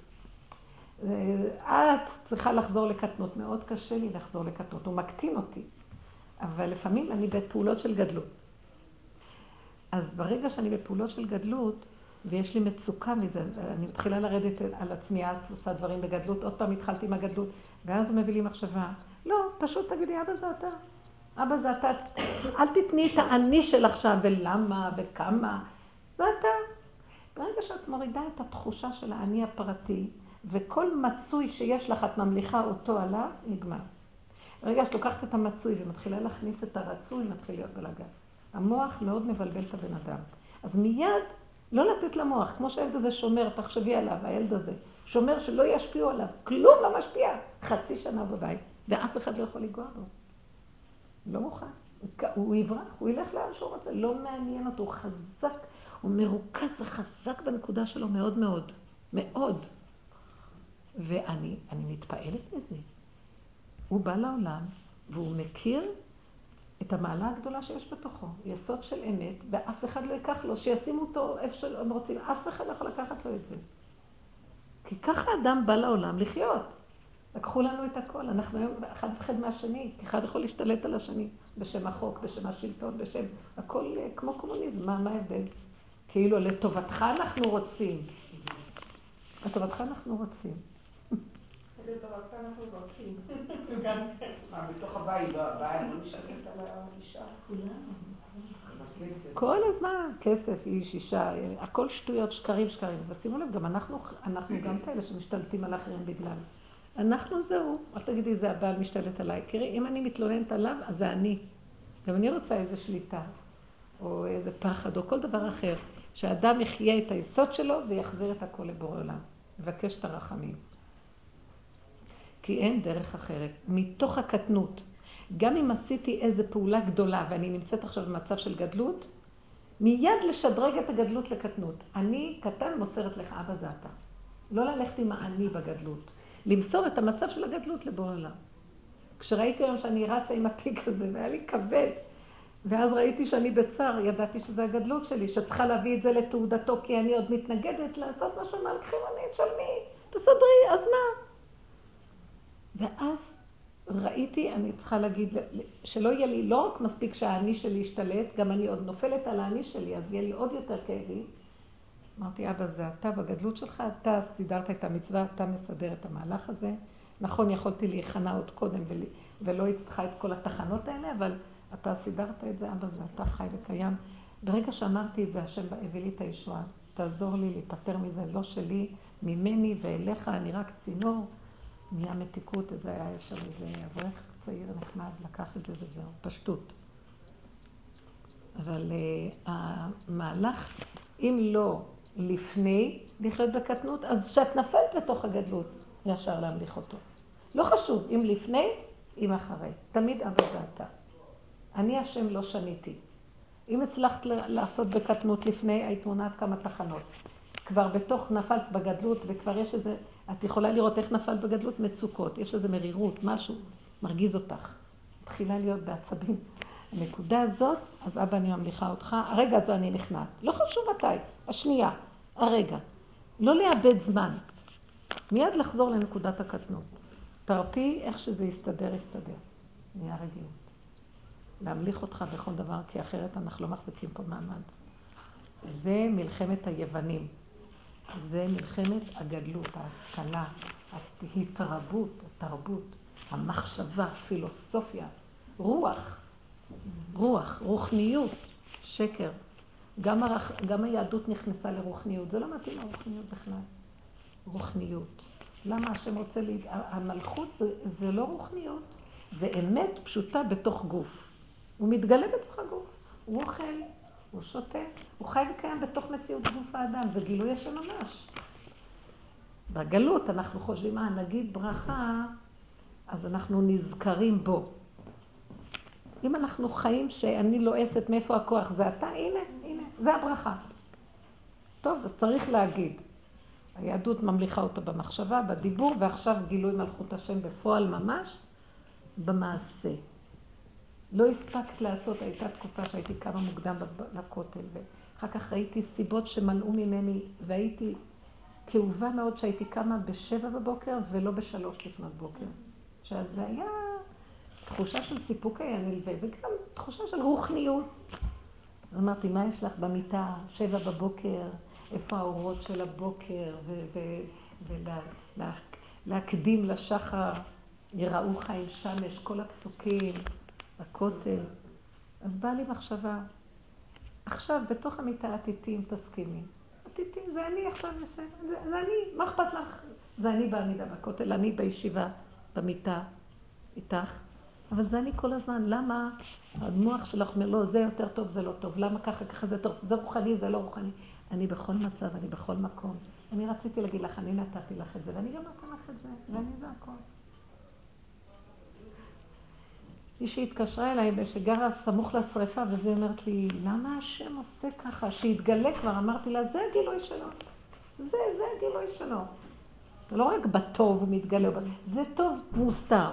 את צריכה לחזור לקטנות, מאוד קשה לי לחזור לקטנות, הוא מקטין אותי. אבל לפעמים אני בפעולות של גדלות. אז ברגע שאני בפעולות של גדלות, ויש לי מצוקה מזה, אני מתחילה לרדת על עצמי, את עושה דברים בגדלות, עוד פעם התחלתי עם הגדלות, ואז הוא מביא לי מחשבה, לא, פשוט תגידי, אבא זה אתה, אבא זה אתה, אל תתני את האני שלך שם, ולמה וכמה, זה אתה. ברגע שאת מורידה את התחושה של האני הפרטי, וכל מצוי שיש לך, את ממליכה אותו עליו, נגמר. ברגע שאת לוקחת את המצוי ומתחילה להכניס את הרצוי, מתחיל להיות בלגן. המוח מאוד מבלבל את הבן אדם. אז מיד לא לתת למוח, כמו שהילד הזה שומר, תחשבי עליו, הילד הזה, שומר שלא ישפיעו עליו, כלום לא משפיע, חצי שנה בבית, ואף אחד לא יכול לגוע בו. לא מוכן. הוא יברח, הוא ילך לאן שהוא רוצה, לא מעניין אותו, הוא חזק, הוא מרוכז וחזק בנקודה שלו מאוד מאוד, מאוד. ואני, אני מתפעלת מזה. הוא בא לעולם, והוא מכיר את המעלה הגדולה שיש בתוכו, יסוד של אמת, ואף אחד לא ייקח לו, שישימו אותו איפה שהם רוצים, אף אחד לא יכול לקחת לו את זה. כי ככה אדם בא לעולם לחיות. לקחו לנו את הכל, אנחנו היום אחד מפחד מהשני, כי אחד יכול להשתלט על השני, בשם החוק, בשם השלטון, בשם הכל כמו קומוניזם, מה, מה ההבדל? כאילו לטובתך אנחנו רוצים. לטובתך אנחנו רוצים. לטובתך אנחנו רוצים. מה, בתוך הבית, הבעיה לא משתתפת על האישה? כל הזמן, כסף, איש, אישה, הכל שטויות, שקרים, שקרים. ושימו לב, גם אנחנו, אנחנו גם כאלה שמשתלטים על אחרים בגלל. אנחנו זהו, אל תגידי, זה הבעל משתלט עליי. תראי, אם אני מתלוננת עליו, אז זה אני. גם אני רוצה איזו שליטה, או איזה פחד, או כל דבר אחר. שהאדם יחיה את היסוד שלו ויחזיר את הכל לבורא עולם. מבקש את הרחמים. כי אין דרך אחרת. מתוך הקטנות, גם אם עשיתי איזו פעולה גדולה, ואני נמצאת עכשיו במצב של גדלות, מיד לשדרג את הגדלות לקטנות. אני קטן מוסרת לך, אבא זה אתה. לא ללכת עם האני בגדלות. למסור את המצב של הגדלות לבורא עולם. כשראיתי היום שאני רצה עם התיק הזה, והיה לי כבד, ואז ראיתי שאני בצער, ידעתי שזה הגדלות שלי, שצריכה להביא את זה לתעודתו, כי אני עוד מתנגדת לעשות משהו מהלכים, אני תשלמי, תסדרי, אז מה? ואז ראיתי, אני צריכה להגיד, שלא יהיה לי, לא רק מספיק שהאני שלי ישתלט, גם אני עוד נופלת על האני שלי, אז יהיה לי עוד יותר כאבי, אמרתי, אבא, זה אתה בגדלות שלך, אתה סידרת את המצווה, אתה מסדר את המהלך הזה. נכון, יכולתי להיכנע עוד קודם ולא הצטחה את כל התחנות האלה, אבל אתה סידרת את זה, אבא, זה אתה חי וקיים. ברגע שאמרתי את זה, השם הביא לי את הישועה, תעזור לי להיפטר מזה, לא שלי, ממני ואליך, אני רק צינור, נהיה מתיקות, זה היה שם איזה אברך צעיר נחמד, לקח את זה וזהו, פשטות. אבל uh, המהלך, אם לא לפני לחיות בקטנות, אז כשאת נפלת בתוך הגדלות, ישר להמליך אותו. לא חשוב, אם לפני, אם אחרי. תמיד אבא זה אתה. אני השם לא שניתי. אם הצלחת לעשות בקטנות לפני, היית מונעת כמה תחנות. כבר בתוך נפלת בגדלות, וכבר יש איזה, את יכולה לראות איך נפלת בגדלות מצוקות, יש איזה מרירות, משהו, מרגיז אותך. התחילה להיות בעצבים. הנקודה הזאת, אז אבא אני ממליכה אותך, הרגע הזה אני נכנעת. לא חשוב מתי, השנייה, הרגע. לא לאבד זמן. מיד לחזור לנקודת הקטנות. תרפי איך שזה יסתדר, יסתדר. נהיה רגילות. להמליך אותך בכל דבר, כי אחרת אנחנו לא מחזיקים פה מעמד. זה מלחמת היוונים. זה מלחמת הגדלות, ההשכלה, ההתרבות, התרבות, המחשבה, פילוסופיה, רוח, רוח, רוחניות, שקר. גם, הרח, גם היהדות נכנסה לרוחניות, זה לא מתאים לרוחניות בכלל. רוחניות. למה השם רוצה לה... המלכות זה, זה לא רוחניות, זה אמת פשוטה בתוך גוף. הוא מתגלה בתוך הגוף, הוא אוכל, הוא שותה, הוא חי וקיים בתוך מציאות גוף האדם, זה גילוי השם ממש. בגלות אנחנו חושבים, אה, נגיד ברכה, אז אנחנו נזכרים בו. אם אנחנו חיים שאני לועסת מאיפה הכוח, זה אתה, הנה, הנה, זה הברכה. טוב, אז צריך להגיד. היהדות ממליכה אותו במחשבה, בדיבור, ועכשיו גילוי מלכות השם בפועל ממש, במעשה. לא הספקת לעשות, הייתה תקופה שהייתי כמה מוקדם לכותל, ואחר כך ראיתי סיבות שמלאו ממני, והייתי כאובה מאוד שהייתי קמה בשבע בבוקר ולא בשלוש לפנות בוקר. שאז זה היה תחושה של סיפוק היה נלווה, וגם תחושה של רוחניות. אז אמרתי, מה יש לך במיטה, שבע בבוקר, איפה האורות של הבוקר, ולהקדים לשחר, יראו חיים שמש, כל הפסוקים, הכותל. אז באה לי מחשבה, עכשיו בתוך המיטה עתיתים תסכימי. עתיתים, זה אני עכשיו יושב, זה, זה אני, מה אכפת לך? זה אני בעמידה בכותל, אני בישיבה, במיטה, איתך. אבל זה אני כל הזמן, למה המוח שלך אומר, לא, זה יותר טוב, זה לא טוב, למה ככה, ככה זה יותר טוב, זה רוחני, זה לא רוחני. אני בכל מצב, אני בכל מקום. אני רציתי להגיד לך, אני נתתי לך את זה, ואני גם נתן לך את זה, ואני זה הכל. היא שהתקשרה אליי, שגרה סמוך לשריפה, וזה אומרת לי, למה השם עושה ככה? שהתגלה כבר, אמרתי לה, זה הגילוי שלו. זה, זה הגילוי שלו. לא רק בטוב הוא מתגלה, זה טוב מוסתר.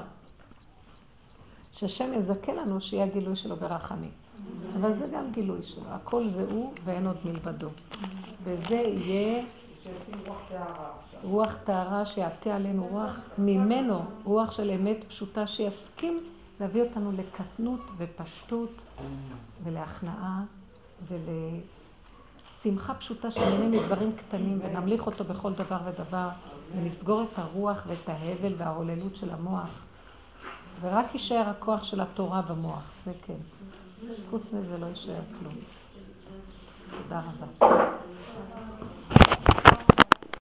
שהשם יזכה לנו שיהיה הגילוי שלו ברחמים. אבל זה גם גילוי שלו. הכל זה הוא ואין עוד מלבדו. וזה יהיה רוח טהרה שיעטה עלינו רוח ממנו, רוח של אמת פשוטה שיסכים להביא אותנו לקטנות ופשטות ולהכנעה ולשמחה פשוטה שנהנה מדברים קטנים ונמליך אותו בכל דבר ודבר ונסגור את הרוח ואת ההבל והעוללות של המוח ורק יישאר הכוח של התורה במוח, זה כן. חוץ מזה לא יישאר כלום. תודה רבה.